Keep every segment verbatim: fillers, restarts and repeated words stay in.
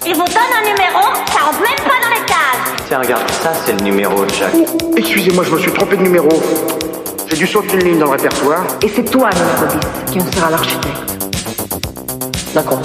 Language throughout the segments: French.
Il vous donne un numéro, ça rentre même pas dans les cases. Tiens, regarde, ça c'est le numéro de Jacques. Oh, excusez-moi, je me suis trompé de numéro. J'ai dû sauter une ligne dans le répertoire. Et c'est toi, numéro dix, qui en sera l'architecte. D'accord.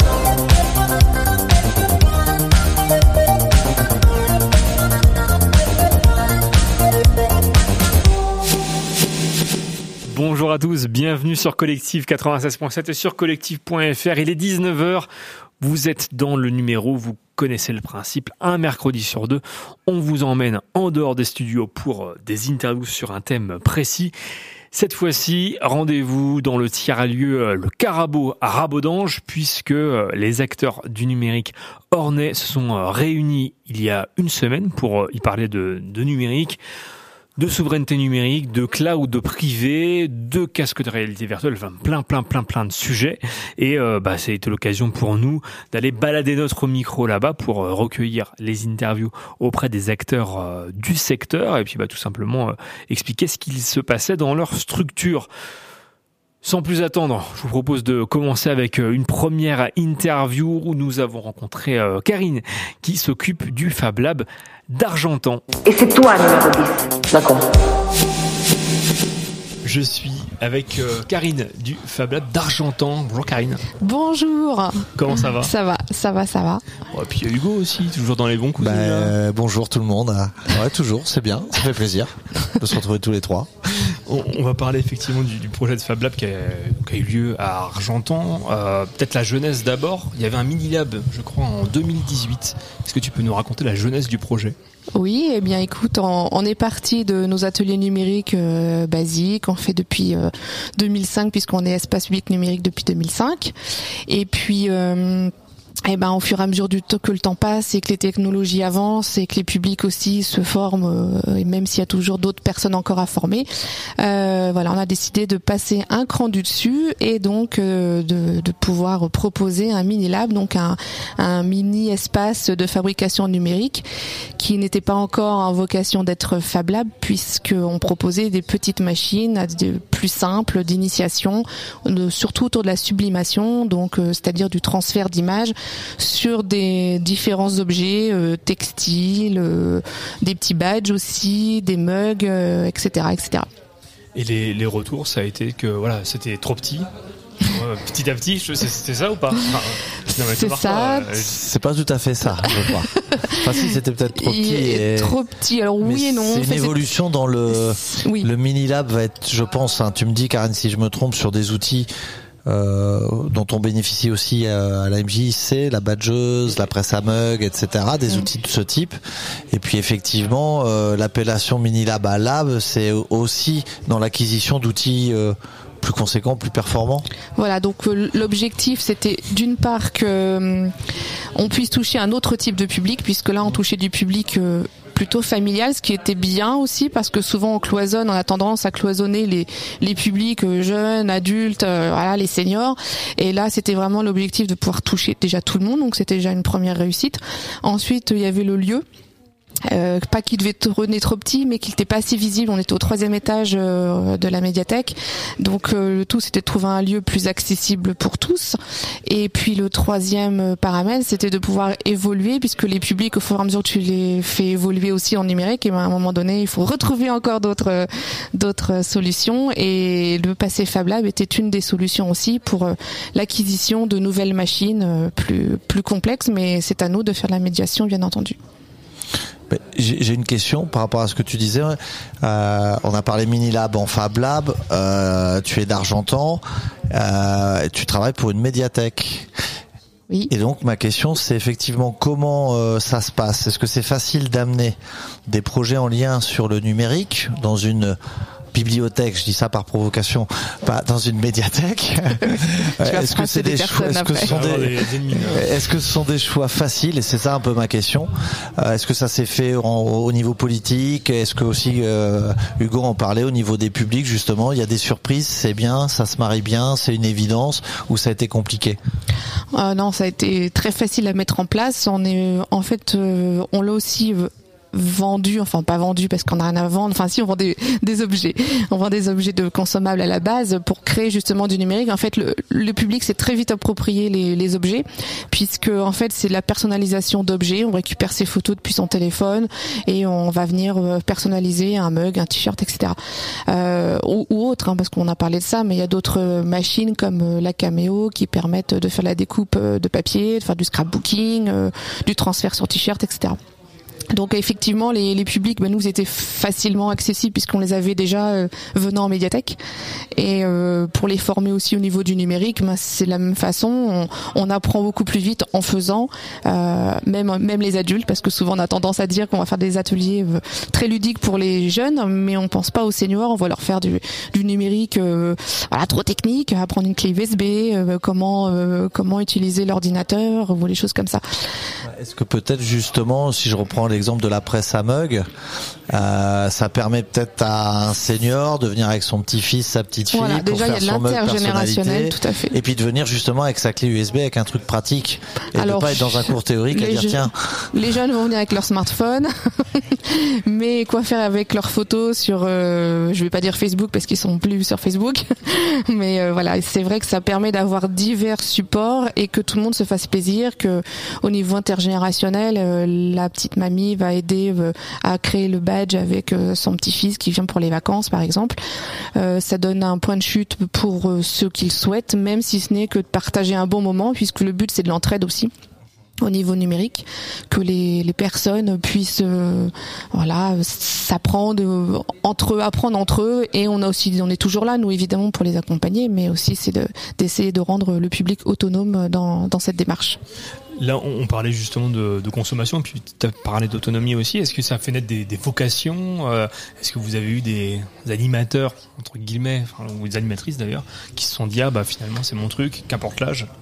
Bonjour à tous, bienvenue sur Collectif quatre-vingt-seize point sept et sur collectif point f r. Il est dix-neuf heures, vous êtes dans le numéro, vous connaissez le principe. Un mercredi sur deux, on vous emmène en dehors des studios pour des interviews sur un thème précis. Cette fois-ci, rendez-vous dans le tiers-lieu Le Carabo à Rabodange, puisque les acteurs du numérique ornais se sont réunis il y a une semaine pour y parler de, de numérique, de souveraineté numérique, de cloud privé, de casque de réalité virtuelle, enfin plein plein plein plein de sujets. Et euh, bah ça a été l'occasion pour nous d'aller balader notre micro là-bas pour euh, recueillir les interviews auprès des acteurs euh, du secteur et puis bah tout simplement euh, expliquer ce qu'il se passait dans leur structure. Sans plus attendre, je vous propose de commencer avec une première interview où nous avons rencontré euh, Karine qui s'occupe du Fab Lab d'Argentan. Et c'est toi, numéro dix. D'accord. Je suis avec euh, Karine du Fab Lab d'Argentan. Bonjour Karine. Bonjour. Comment ça va ? Ça va, ça va, ça va. Et puis il y a Hugo aussi, toujours dans les bons coups. Bah, euh, bonjour tout le monde. Ouais, toujours, c'est bien, ça fait plaisir de se retrouver tous les trois. On, on va parler effectivement du, du projet de Fab Lab qui a, qui a eu lieu à Argentan. Euh, peut-être la jeunesse d'abord. Il y avait un mini-lab, je crois, en deux mille dix-huit. Est-ce que tu peux nous raconter la jeunesse du projet ? Oui, eh bien écoute, on, on est parti de nos ateliers numériques euh, basiques, on fait depuis euh, deux mille cinq puisqu'on est espace public numérique depuis deux mille cinq. Et puis euh, eh ben au fur et à mesure du temps que le temps passe et que les technologies avancent et que les publics aussi se forment euh, et même s'il y a toujours d'autres personnes encore à former, euh, voilà, on a décidé de passer un cran du dessus et donc euh, de, de pouvoir proposer un mini lab, donc un, un mini espace de fabrication numérique qui n'était pas encore en vocation d'être Fab Lab puisqu'on proposait des petites machines de plus simples d'initiation, de, surtout autour de la sublimation, donc euh, c'est-à-dire du transfert d'images sur des différents objets euh, textiles, euh, des petits badges aussi, des mugs, euh, et cetera, et cetera. Et les, les retours, ça a été que voilà, c'était trop petit. Euh, petit à petit, c'était ça ou pas ? Enfin, non, c'est parfois, ça. Euh, c'est pas tout à fait ça, je crois. Enfin si, c'était peut-être trop petit. Et... Trop petit. Alors oui mais et non. C'est une enfin, évolution c'est... dans le oui. le mini lab va être, je pense. Hein, tu me dis, Karine, si je me trompe, sur des outils. Euh, dont on bénéficie aussi à, à la M J C, la badgeuse, la presse à mug, et cetera. Des mmh. outils de ce type. Et puis effectivement, euh, l'appellation mini lab à lab, c'est aussi dans l'acquisition d'outils euh, plus conséquents, plus performants. Voilà, donc euh, l'objectif c'était d'une part que euh, on puisse toucher un autre type de public, puisque là on touchait du public euh, plutôt familial, ce qui était bien aussi parce que souvent on cloisonne, on a tendance à cloisonner les les publics jeunes, adultes, euh, voilà, les seniors. Et là, c'était vraiment l'objectif de pouvoir toucher déjà tout le monde, donc c'était déjà une première réussite. Ensuite, il y avait le lieu. Euh, pas qu'il devait tourner trop petit, mais qu'il n'était pas assez visible. On était au troisième étage euh, de la médiathèque, donc euh, le tout c'était de trouver un lieu plus accessible pour tous. Et puis le troisième paramètre, c'était de pouvoir évoluer, puisque les publics, au fur et à mesure que tu les fais évoluer aussi en numérique, et ben à un moment donné, il faut retrouver encore d'autres d'autres solutions. Et le passé Fab Lab était une des solutions aussi pour euh, l'acquisition de nouvelles machines euh, plus plus complexes. Mais c'est à nous de faire la médiation, bien entendu. J'ai une question par rapport à ce que tu disais. Euh, on a parlé mini lab en Fab Lab. Euh, tu es d'Argentan. Euh, tu travailles pour une médiathèque. Oui. Et donc ma question, c'est effectivement comment euh, ça se passe. Est-ce que c'est facile d'amener des projets en lien sur le numérique dans une bibliothèque, je dis ça par provocation, pas dans une médiathèque. Est-ce que c'est des choix, est-ce que ce sont des, est-ce que ce sont des choix faciles? Et c'est ça un peu ma question. Euh, est-ce que ça s'est fait en, au niveau politique? Est-ce que aussi euh, Hugo en parlait au niveau des publics justement? Il y a des surprises, c'est bien, ça se marie bien, c'est une évidence, ou ça a été compliqué? euh, Non, ça a été très facile à mettre en place. On est, en fait, euh, on l'a aussi vendu, enfin pas vendu parce qu'on a rien à vendre, enfin si on vend des, des objets, on vend des objets de consommables à la base pour créer justement du numérique. En fait, le, le public s'est très vite approprié les, les objets, puisque en fait c'est la personnalisation d'objets. On récupère ses photos depuis son téléphone et on va venir personnaliser un mug, un t-shirt, et cetera. Euh, ou, ou autre, hein, parce qu'on a parlé de ça, mais il y a d'autres machines comme la Cameo qui permettent de faire la découpe de papier, de faire du scrapbooking, euh, du transfert sur t-shirt, et cetera. Donc effectivement, les, les publics, ben, nous étaient facilement accessibles puisqu'on les avait déjà euh, venant en médiathèque. Et euh, pour les former aussi au niveau du numérique, ben, c'est la même façon. On, on apprend beaucoup plus vite en faisant, euh, même même les adultes, parce que souvent on a tendance à dire qu'on va faire des ateliers euh, très ludiques pour les jeunes, mais on pense pas aux seniors. On va leur faire du, du numérique, euh, voilà, trop technique, apprendre une clé U S B, euh, comment euh, comment utiliser l'ordinateur ou des choses comme ça. Est-ce que peut-être justement, si je reprends l'exemple de la presse à mug, euh, ça permet peut-être à un senior de venir avec son petit-fils, sa petite-fille, voilà, pour déjà, faire il y a son mug personnalité, tout à fait. Et puis de venir justement avec sa clé U S B, avec un truc pratique, et Alors, de pas être dans un cours théorique à dire jeunes, tiens. Les jeunes vont venir avec leur smartphone, mais quoi faire avec leurs photos sur, euh, je vais pas dire Facebook parce qu'ils sont plus sur Facebook, mais euh, voilà, c'est vrai que ça permet d'avoir divers supports et que tout le monde se fasse plaisir, que au niveau intergénérationnel, euh, la petite mamie va aider euh, à créer le badge avec euh, son petit-fils qui vient pour les vacances par exemple. Euh, ça donne un point de chute pour euh, ceux qui le souhaitent, même si ce n'est que de partager un bon moment, puisque le but c'est de l'entraide aussi au niveau numérique, que les, les personnes puissent euh, voilà s'apprendre euh, entre eux, apprendre entre eux, et on a aussi on est toujours là nous évidemment pour les accompagner, mais aussi c'est de d'essayer de rendre le public autonome dans dans cette démarche. Là, on parlait justement de, de consommation, puis tu as parlé d'autonomie aussi. Est-ce que ça fait naître des, des vocations ? euh, Est-ce que vous avez eu des animateurs, entre guillemets, enfin, ou des animatrices d'ailleurs, qui se sont dit « Ah, bah finalement, c'est mon truc, qu'importe l'âge euh... ».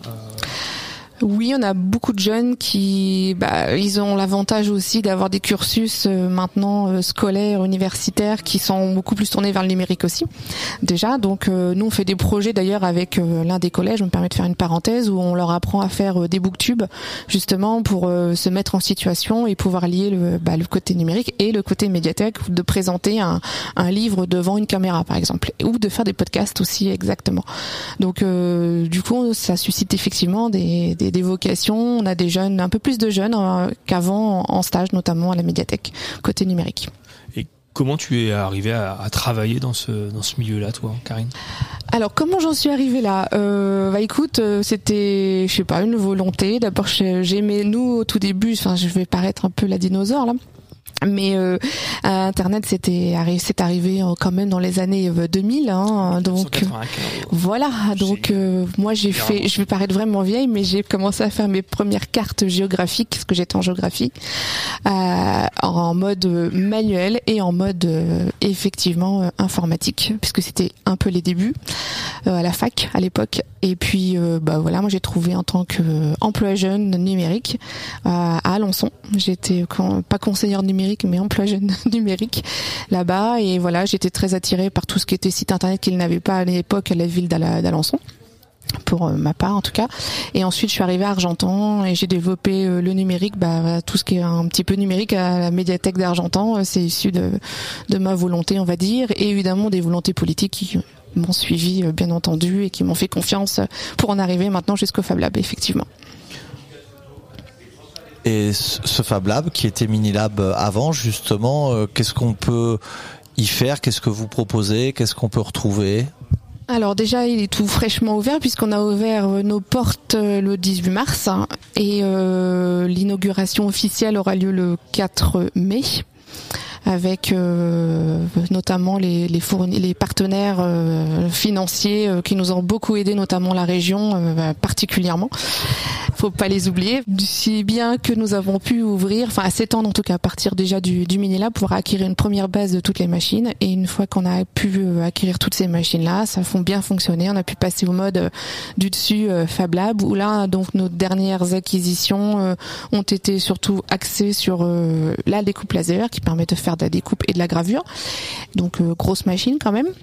Oui, on a beaucoup de jeunes qui, bah, ils ont l'avantage aussi d'avoir des cursus euh, maintenant euh, scolaires, universitaires, qui sont beaucoup plus tournés vers le numérique aussi. Déjà, donc euh, nous on fait des projets d'ailleurs avec euh, l'un des collèges. Je me permets de faire une parenthèse où on leur apprend à faire euh, des booktubes justement pour euh, se mettre en situation et pouvoir lier le, bah, le côté numérique et le côté médiathèque, de présenter un, un livre devant une caméra par exemple, ou de faire des podcasts aussi exactement. Donc euh, du coup, ça suscite effectivement des, des des vocations. On a des jeunes, un peu plus de jeunes euh, qu'avant en stage, notamment à la médiathèque, côté numérique. Et comment tu es arrivée à, à travailler dans ce dans ce milieu-là, toi, Karine ? Alors, comment j'en suis arrivée là ? euh, Bah écoute, c'était, je sais pas, une volonté. D'abord, j'aimais, nous, au tout début, enfin, je vais paraître un peu la dinosaure là. Mais euh, Internet c'était arrivé, c'est arrivé quand même dans les années deux mille, hein, donc voilà. Donc euh, moi j'ai fait, je vais paraître vraiment vieille, mais j'ai commencé à faire mes premières cartes géographiques parce que j'étais en géographie, euh, en mode manuel et en mode euh, effectivement euh, informatique, puisque c'était un peu les débuts euh, à la fac à l'époque. Et puis euh, bah voilà, moi j'ai trouvé en tant qu'emploi jeune numérique euh, à Alençon. J'étais quand, pas conseillère numérique, mais emploi jeune numérique là-bas, et voilà, j'étais très attirée par tout ce qui était site internet qu'il n'avait pas à l'époque à la ville d'Alençon, pour euh, ma part en tout cas. Et ensuite je suis arrivée à Argentan et j'ai développé euh, le numérique, bah tout ce qui est un petit peu numérique à la médiathèque d'Argentan, euh, c'est issu de de ma volonté, on va dire, et évidemment des volontés politiques qui m'ont suivi euh, bien entendu et qui m'ont fait confiance pour en arriver maintenant jusqu'au Fab Lab, effectivement. Et ce Fab Lab qui était Minilab avant, justement, euh, qu'est-ce qu'on peut y faire ? Qu'est-ce que vous proposez ? Qu'est-ce qu'on peut retrouver ? Alors déjà, il est tout fraîchement ouvert puisqu'on a ouvert nos portes le dix-huit mars, hein, et euh, l'inauguration officielle aura lieu le quatre mai. Avec euh, notamment les les, fourni- les partenaires euh, financiers euh, qui nous ont beaucoup aidés, notamment la région euh, particulièrement. Faut pas les oublier. Si bien que nous avons pu ouvrir, enfin à s'étendre en tout cas à partir déjà du, du Minilab pour acquérir une première base de toutes les machines. Et une fois qu'on a pu euh, acquérir toutes ces machines-là, ça font bien fonctionner. On a pu passer au mode euh, du dessus euh, Fab Lab, où là donc nos dernières acquisitions euh, ont été surtout axées sur euh, la découpe laser qui permet de faire de la découpe et de la gravure. Donc euh, grosse machine quand même.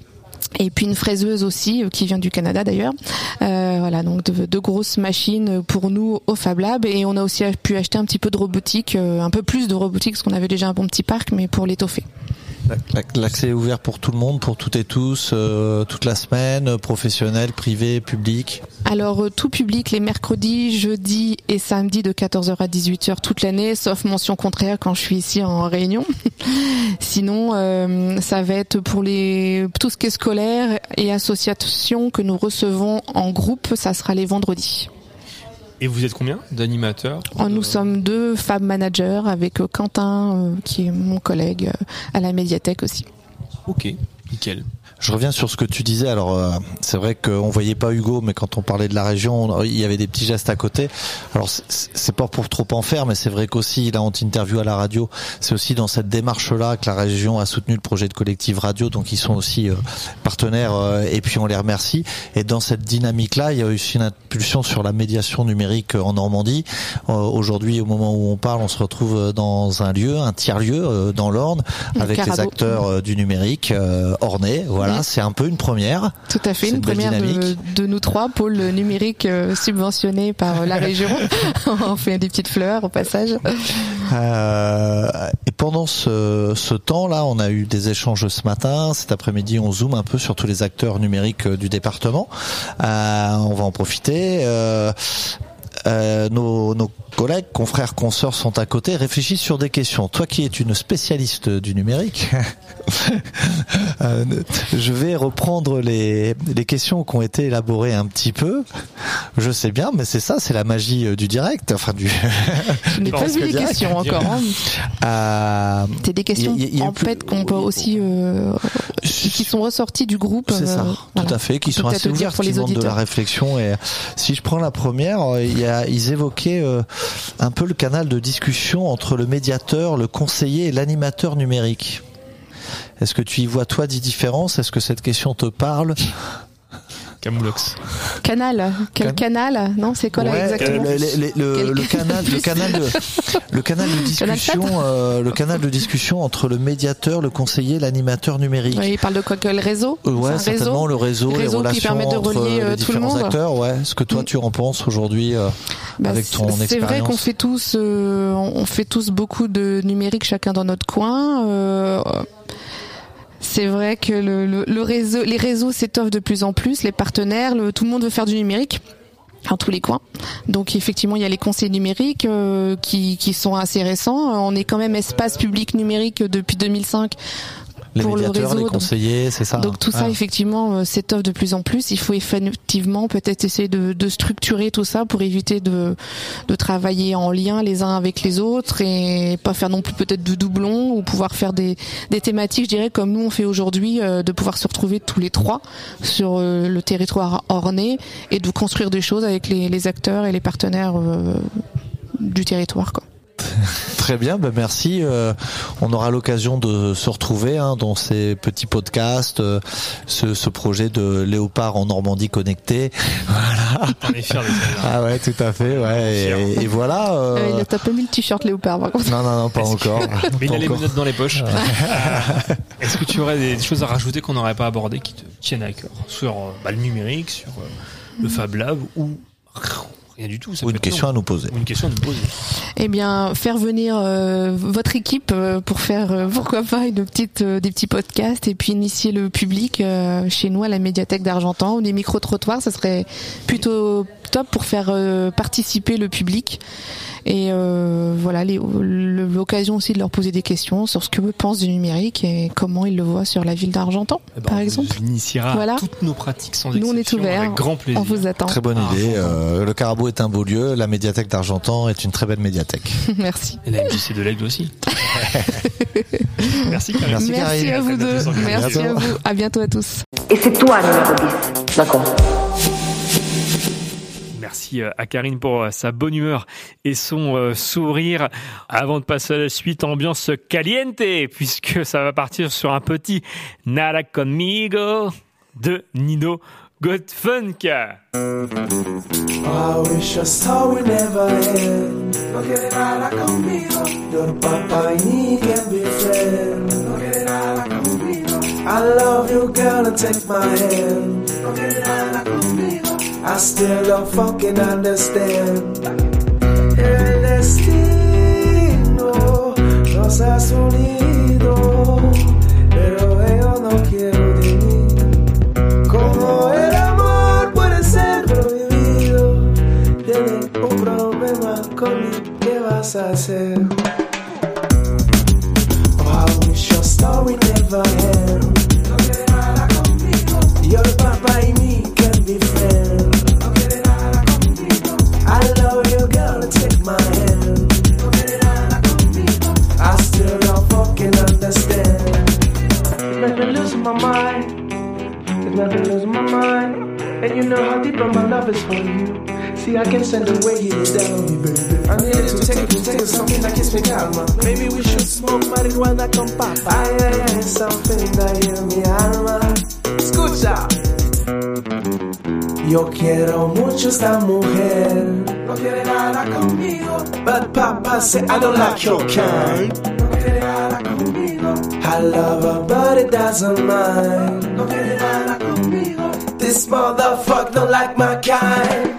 Et puis une fraiseuse aussi qui vient du Canada d'ailleurs. Euh, voilà, donc de, de grosses machines pour nous au Fab Lab, et on a aussi pu acheter un petit peu de robotique, euh, un peu plus de robotique parce qu'on avait déjà un bon petit parc, mais pour l'étoffer. L'accès est ouvert pour tout le monde, pour toutes et tous, euh, toute la semaine, professionnel, privé, public. Alors euh, tout public les mercredis, jeudis et samedis de quatorze heures à dix-huit heures toute l'année, sauf mention contraire quand je suis ici en réunion. Sinon, euh, ça va être pour les tout ce qui est scolaire et associations que nous recevons en groupe, ça sera les vendredis. Et vous êtes combien d'animateurs ? Oh, nous sommes deux Fab Managers avec Quentin, euh, qui est mon collègue euh, à la médiathèque aussi. Ok, nickel. Je reviens sur ce que tu disais. Alors, euh, c'est vrai qu'on voyait pas Hugo, mais quand on parlait de la région, il y avait des petits gestes à côté. Alors, c'est, c'est pas pour trop en faire, mais c'est vrai qu'aussi, là, on t'interviewe à la radio. C'est aussi dans cette démarche-là que la région a soutenu le projet de Collectif Radio, donc ils sont aussi euh, partenaires, euh, et puis on les remercie. Et dans cette dynamique-là, il y a aussi une impulsion sur la médiation numérique en Normandie. Euh, aujourd'hui, au moment où on parle, on se retrouve dans un lieu, un tiers-lieu, euh, dans l'Orne, avec les acteurs euh, du numérique euh, ornais. Voilà. Voilà, c'est un peu une première. Tout à fait, c'est une, une première de, de nous trois, pôle numérique euh, subventionné par la région. On fait des petites fleurs au passage. Euh, et pendant ce, ce temps-là, on a eu des échanges ce matin. Cet après-midi, on zoome un peu sur tous les acteurs numériques du département. Euh, on va en profiter. Euh, Euh, nos, nos collègues, confrères, consoeurs sont à côté, réfléchissent sur des questions. Toi qui es une spécialiste du numérique, euh, je vais reprendre les, les questions qui ont été élaborées un petit peu. Je sais bien, mais c'est ça, c'est la magie du direct. Enfin, du. Je n'ai pas vu les direct. questions encore. Hein. Euh, c'est des questions y a, y a en plus... fait qu'on peut aussi, euh, qui sont ressorties du groupe. C'est ça, euh, tout voilà. à fait, qui sont assez ouvertes, qui demandent de la réflexion. Et si je prends la première, il y a ils évoquaient euh, un peu le canal de discussion entre le médiateur, le conseiller et l'animateur numérique. Est-ce que tu y vois, toi, des différences ? Est-ce que cette question te parle ? Camoulox. Canal. Quel Can... canal ? Non, c'est quoi là ouais, exactement le, le, le, le canal, le canal de, le canal de discussion, euh, le canal de discussion entre le médiateur, le conseiller, l'animateur numérique. Oui, il parle de quoi ? Que le réseau ? euh, Ouais, certainement réseau, le réseau, réseau les relations qui permet de relier entre les tout le différents monde. acteurs. Ouais. Ce que toi mm. tu en penses aujourd'hui euh, bah, avec ton c'est expérience. C'est vrai qu'on fait tous, euh, on fait tous beaucoup de numérique, chacun dans notre coin. Euh, C'est vrai que le, le, le réseau, les réseaux s'étoffent de plus en plus, les partenaires, le, tout le monde veut faire du numérique en tous les coins. Donc effectivement, il y a les conseils numériques euh, qui, qui sont assez récents. On est quand même espace public numérique depuis deux mille cinq. Les pour médiateurs, le réseau, les conseillers, donc, c'est ça. Donc tout ah. ça, effectivement, euh, s'étoffe de plus en plus. Il faut effectivement peut-être essayer de, de structurer tout ça pour éviter de, de travailler en lien les uns avec les autres et pas faire non plus peut-être de doublons ou pouvoir faire des, des thématiques, je dirais, comme nous on fait aujourd'hui, euh, de pouvoir se retrouver tous les trois sur euh, le territoire ornais et de construire des choses avec les, les acteurs et les partenaires euh, du territoire, quoi. Très bien, ben merci. Euh, on aura l'occasion de se retrouver hein, dans ces petits podcasts, euh, ce, ce projet de Léopard en Normandie connecté. Voilà. On est fiers de ça. Ah ouais, tout à fait. Ouais. Et, et voilà. Euh... Euh, il a pas mis le t-shirt Léopard, par contre. Non, non, non, pas Est-ce encore. Que... Mais il a les menottes dans les poches. Ouais. Est-ce que tu aurais des choses à rajouter qu'on n'aurait pas abordées qui te tiennent à cœur sur bah, le numérique, sur euh, le Fab Lab ou rien du tout, ça ou une question long. à nous poser. Ou une question à nous poser. Eh bien, faire venir euh, votre équipe euh, pour faire, euh, pourquoi pas, une petite, euh, des petits podcasts et puis initier le public euh, chez nous à la médiathèque d'Argentan ou des micro-trottoirs, ça serait plutôt top pour faire euh, participer le public. Et euh, voilà, les, l'occasion aussi de leur poser des questions sur ce que eux pensent du numérique et comment ils le voient sur la ville d'Argentan, eh ben, par exemple. On initiera voilà. toutes nos pratiques sans exception. Nous, on est ouverts. Avec grand plaisir. On vous attend. Très bonne idée. Euh, le Carabo est un beau lieu. La médiathèque d'Argentan est une très belle médiathèque. Merci. Et la M J C de l'Aigle aussi. Merci, Karine. Merci, Merci à vous deux. Merci à vous. À bientôt à tous. Et c'est toi, numéro dix. D'accord. Merci à Karine pour sa bonne humeur et son euh, sourire. Avant de passer à la suite, ambiance caliente, puisque ça va partir sur un petit Nada Conmigo de Nino Godfunk. I wish I saw we never end. No quiere nada conmigo. Your papa y can be friends. No quiere nada conmigo. I love you, girl. girl and take my hand. No quedará conmigo. I still don't fucking understand. El destino nos ha unido, pero yo no quiero de mí. Como el amor puede ser prohibido, tienes un problema conmigo, ¿qué vas a hacer? Oh, I wish your story never end. No quieres nada conmigo. Your papa y me can be friends. No quieres nada conmigo. I love you, girl, take my hand. No quieres nada conmigo. I still don't fucking understand. It's made me lose my mind. It's made me lose my mind. And you know how deep my love is for you. See, I can send the way you down, baby. I need to take you, take something that keeps me calma. Maybe we should smoke marijuana con papa. Ay, ay, ay, something that heals mi alma. Escucha. Yo quiero mucho esta mujer. No quiere nada conmigo. But papa say I don't like your kind. No quiere nada conmigo. I love her, but it doesn't mind. No quiere nada conmigo. This motherfucker don't like my kind.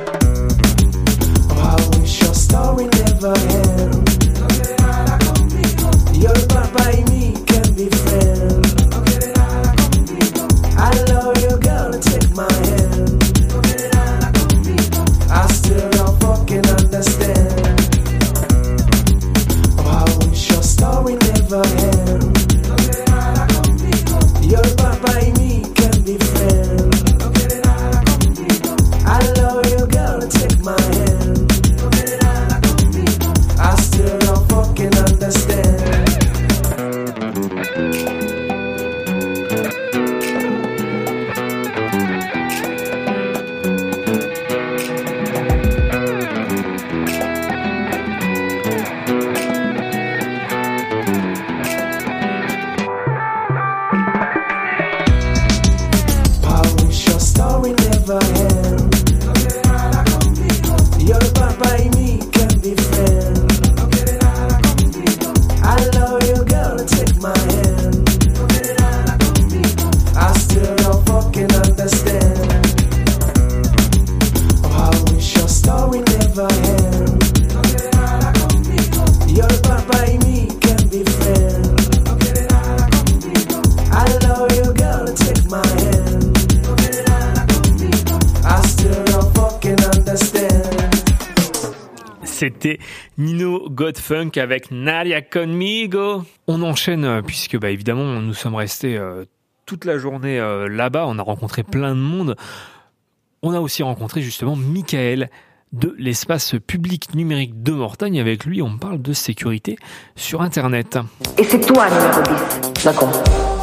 Your story never ends. No quieres nada conmigo. Your papa y me can be friends. No quieres nada conmigo. I love you, girl, take my hand. No quieres nada conmigo. I still don't fucking understand. Oh, I wish your story never ends. No quieres nada conmigo. Your papa y me can be friends. No quieres nada conmigo. I love you, girl, take my hand. I still don't fucking understand. I wish your story never ends. No quieres nada conmigo. Your papa y me can be friends. I love you, girl, take my hand. No quieres nada conmigo. I still don't fucking understand. Oh, I wish your story never ends. No quieres nada conmigo. Your papa y me can be friends. No quieres nada conmigo. I love you, girl, take my hand. No quieres nada conmigo. I still don't fucking understand. C'était Nino Godfunk avec Nadia Conmigo. On enchaîne puisque bah, évidemment nous sommes restés euh, toute la journée euh, là-bas. On a rencontré plein de monde. On a aussi rencontré justement Michael de l'espace public numérique de Mortagne. Avec lui, on parle de sécurité sur Internet. Et c'est toi, numéro dix. D'accord.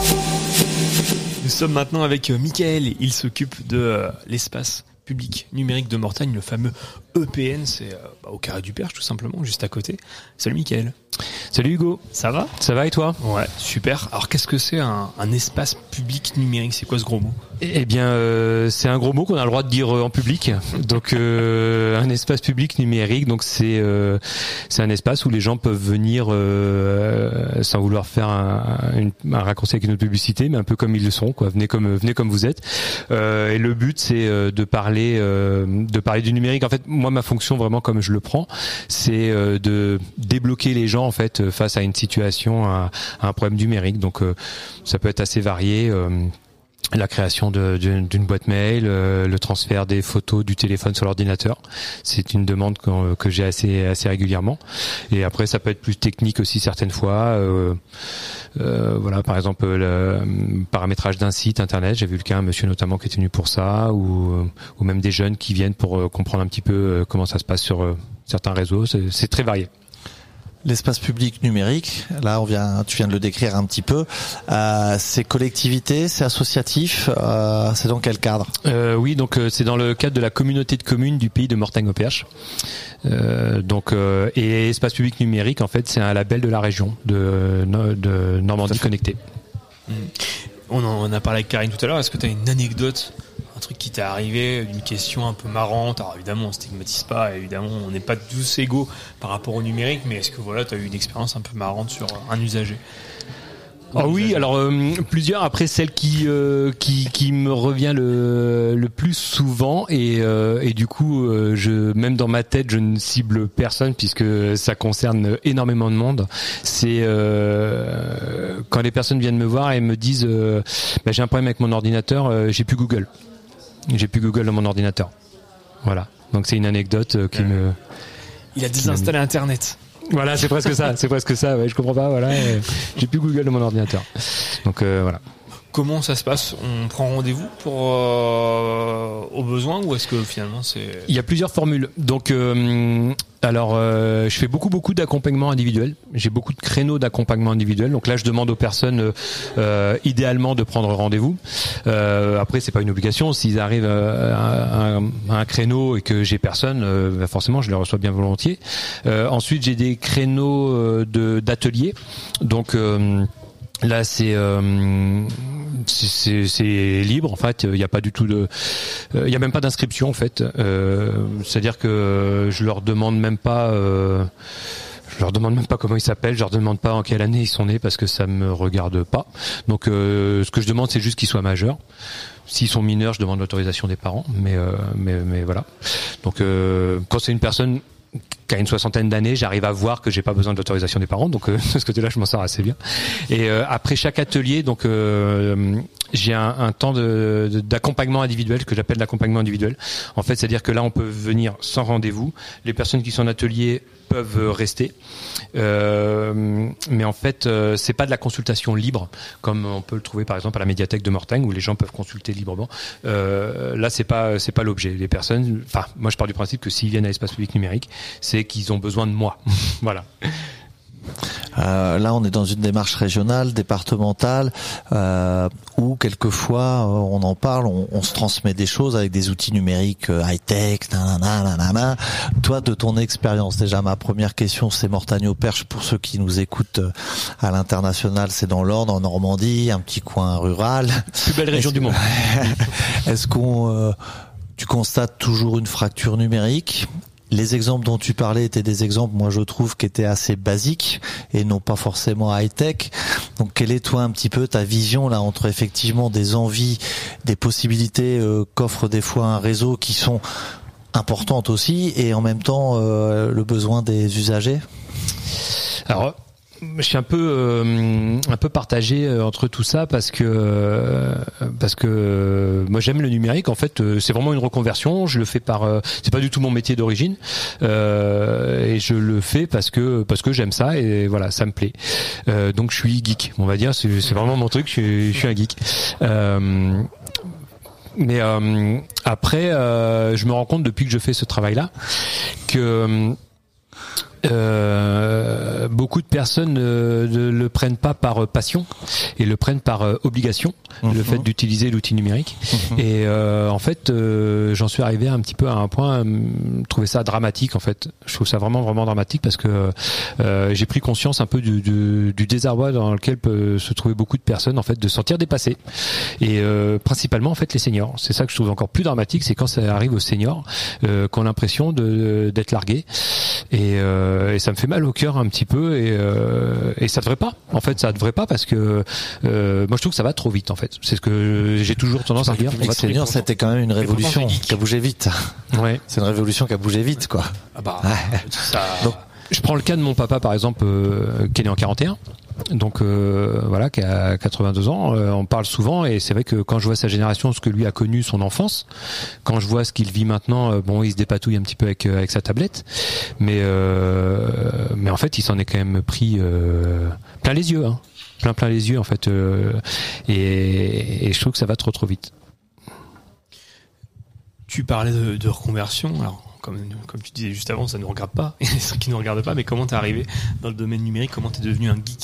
Nous sommes maintenant avec Michael. Il s'occupe de euh, l'espace public numérique de Mortagne, le fameux E P N, c'est euh, bah, au Carré du Perche tout simplement, juste à côté. Salut Michael. Salut Hugo. Ça va ? Ça va et toi ? Ouais, super. Alors qu'est-ce que c'est un, un espace public numérique ? C'est quoi ce gros mot ? Eh bien, euh, c'est un gros mot qu'on a le droit de dire euh, en public. Donc, euh, un espace public numérique. Donc, c'est euh, c'est un espace où les gens peuvent venir, euh, sans vouloir faire un, une, un raccourci avec une autre publicité, mais un peu comme ils le sont, quoi. Venez comme venez comme vous êtes. Euh, et le but, c'est euh, de parler euh, de parler du numérique. En fait, moi, ma fonction, vraiment, comme je le prends, c'est euh, de débloquer les gens, en fait, face à une situation, à, à un problème numérique. Donc, euh, ça peut être assez varié. Euh, la création de, d'une, d'une boîte mail, euh, le transfert des photos du téléphone sur l'ordinateur, c'est une demande que, que j'ai assez assez régulièrement. Et après, ça peut être plus technique aussi certaines fois. Euh, euh, voilà, par exemple le paramétrage d'un site internet. J'ai vu le cas un monsieur notamment qui est venu pour ça, ou ou même des jeunes qui viennent pour euh, comprendre un petit peu euh, comment ça se passe sur euh, certains réseaux. C'est, c'est très varié. L'espace public numérique, là on vient, tu viens de le décrire un petit peu. Euh, c'est collectivité, c'est associatif, euh, c'est dans quel cadre ? euh, Oui, donc euh, c'est dans le cadre de la communauté de communes du pays de Mortagne-au-Perche. Euh, donc euh, et espace public numérique, en fait, c'est un label de la région de, de Normandie Connectée. Mmh. On en a parlé avec Karine tout à l'heure. Est-ce que tu as une anecdote, un truc qui t'est arrivé, une question un peu marrante? Alors évidemment, on stigmatise pas, évidemment, on n'est pas tous égaux par rapport au numérique, mais est-ce que voilà, tu as eu une expérience un peu marrante sur un usager? Ah oui, alors euh, plusieurs. Après, celle qui euh, qui qui me revient le le plus souvent et euh, et du coup, euh, je même dans ma tête, je ne cible personne puisque ça concerne énormément de monde. C'est euh, quand les personnes viennent me voir et me disent, euh, bah, j'ai un problème avec mon ordinateur, euh, j'ai plus Google, j'ai plus Google dans mon ordinateur. Voilà. Donc c'est une anecdote euh, qui me. Il a désinstallé Internet. Voilà, c'est presque ça, c'est presque ça. Ouais, je comprends pas. Voilà, euh, j'ai plus Google dans mon ordinateur. Donc euh, voilà. Comment ça se passe ? On prend rendez-vous pour euh, au besoin ou est-ce que finalement c'est... Il y a plusieurs formules. Donc, euh, alors, euh, je fais beaucoup beaucoup d'accompagnement individuel. J'ai beaucoup de créneaux d'accompagnement individuel. Donc là, je demande aux personnes euh, idéalement de prendre rendez-vous. Euh, après, c'est pas une obligation. S'ils arrivent à un, à un créneau et que j'ai personne, euh, forcément, je les reçois bien volontiers. Euh, ensuite, j'ai des créneaux de d'ateliers. Donc euh, là, c'est euh, c'est, c'est libre en fait. Il n'y a pas du tout de, il n'y a même pas d'inscription en fait. Euh, c'est-à-dire que je leur demande même pas. Euh, Je leur demande même pas comment ils s'appellent, je leur demande pas en quelle année ils sont nés parce que ça me regarde pas. Donc euh, ce que je demande c'est juste qu'ils soient majeurs. S'ils sont mineurs, je demande l'autorisation des parents, mais euh, mais mais voilà. Donc euh, quand c'est une personne qui a une soixantaine d'années, j'arrive à voir que j'ai pas besoin de l'autorisation des parents, donc euh, de ce côté-là, je m'en sors assez bien. Et euh, après chaque atelier, donc euh, j'ai un, un temps de, de, d'accompagnement individuel, que j'appelle l'accompagnement individuel. En fait, c'est-à-dire que là, on peut venir sans rendez-vous. Les personnes qui sont en atelier peuvent rester, euh, mais en fait, euh, c'est pas de la consultation libre comme on peut le trouver par exemple à la médiathèque de Mortagne où les gens peuvent consulter librement. Euh, là, c'est pas c'est pas l'objet. Les personnes, enfin, moi, je pars du principe que s'ils viennent à l'espace public numérique, c'est qu'ils ont besoin de moi. Voilà. Euh, là, on est dans une démarche régionale, départementale, euh, où quelquefois, euh, on en parle, on, on se transmet des choses avec des outils numériques euh, high-tech, nanana, nanana. Toi, de ton expérience, déjà, ma première question, c'est Mortagne-au-Perche. Pour ceux qui nous écoutent euh, à l'international, c'est dans l'Orne, en Normandie, un petit coin rural. Plus belle région du monde. Est-ce qu'on, euh, tu constates toujours une fracture numérique ? Les exemples dont tu parlais étaient des exemples, moi je trouve, qui étaient assez basiques et non pas forcément high-tech. Donc quelle est toi un petit peu ta vision là entre effectivement des envies, des possibilités euh, qu'offre des fois un réseau qui sont importantes aussi et en même temps euh, le besoin des usagers ? Alors, je suis un peu euh, un peu partagé euh, entre tout ça parce que euh, parce que euh, moi j'aime le numérique en fait euh, c'est vraiment une reconversion, je le fais par euh, c'est pas du tout mon métier d'origine euh, et je le fais parce que parce que j'aime ça et voilà, ça me plaît. Euh, donc je suis geek, on va dire, c'est, c'est vraiment mon truc, je suis, je suis un geek. Euh, mais euh, après euh, je me rends compte depuis que je fais ce travail-là que Euh, beaucoup de personnes euh, ne le prennent pas par passion et le prennent par euh, obligation, mmh. le fait d'utiliser l'outil numérique. Mmh. Et euh, en fait, euh, j'en suis arrivé un petit peu à un point, euh, trouver ça dramatique en fait. Je trouve ça vraiment vraiment dramatique parce que euh, j'ai pris conscience un peu du, du, du désarroi dans lequel peut se trouver beaucoup de personnes en fait, de se sentir dépassées. Et euh, principalement en fait les seniors. C'est ça que je trouve encore plus dramatique, c'est quand ça arrive aux seniors euh, qui ont l'impression de, d'être largués. Et euh, et ça me fait mal au cœur un petit peu et, euh, et ça devrait pas en fait ça devrait pas parce que euh, moi je trouve que ça va trop vite en fait, c'est ce que j'ai toujours tendance à dire. Les seniors, c'était quand même une révolution qui a bougé vite. Ouais. C'est une révolution qui a bougé vite quoi. Ah bah ouais. ça... Donc, je prends le cas de mon papa par exemple euh, qui est né en quarante et un. Donc euh, voilà, qui a quatre-vingt-deux ans, euh, on parle souvent et c'est vrai que quand je vois sa génération, ce que lui a connu son enfance, quand je vois ce qu'il vit maintenant, euh, bon, il se dépatouille un petit peu avec euh, avec sa tablette, mais euh, mais en fait, il s'en est quand même pris euh, plein les yeux, hein, plein plein les yeux en fait, euh, et, et je trouve que ça va trop trop vite. Tu parlais de, de reconversion, alors. Comme, comme tu disais juste avant, ça ne nous regarde pas, et ceux qui ne nous regardent pas, mais comment t'es arrivé dans le domaine numérique, comment t'es devenu un geek ?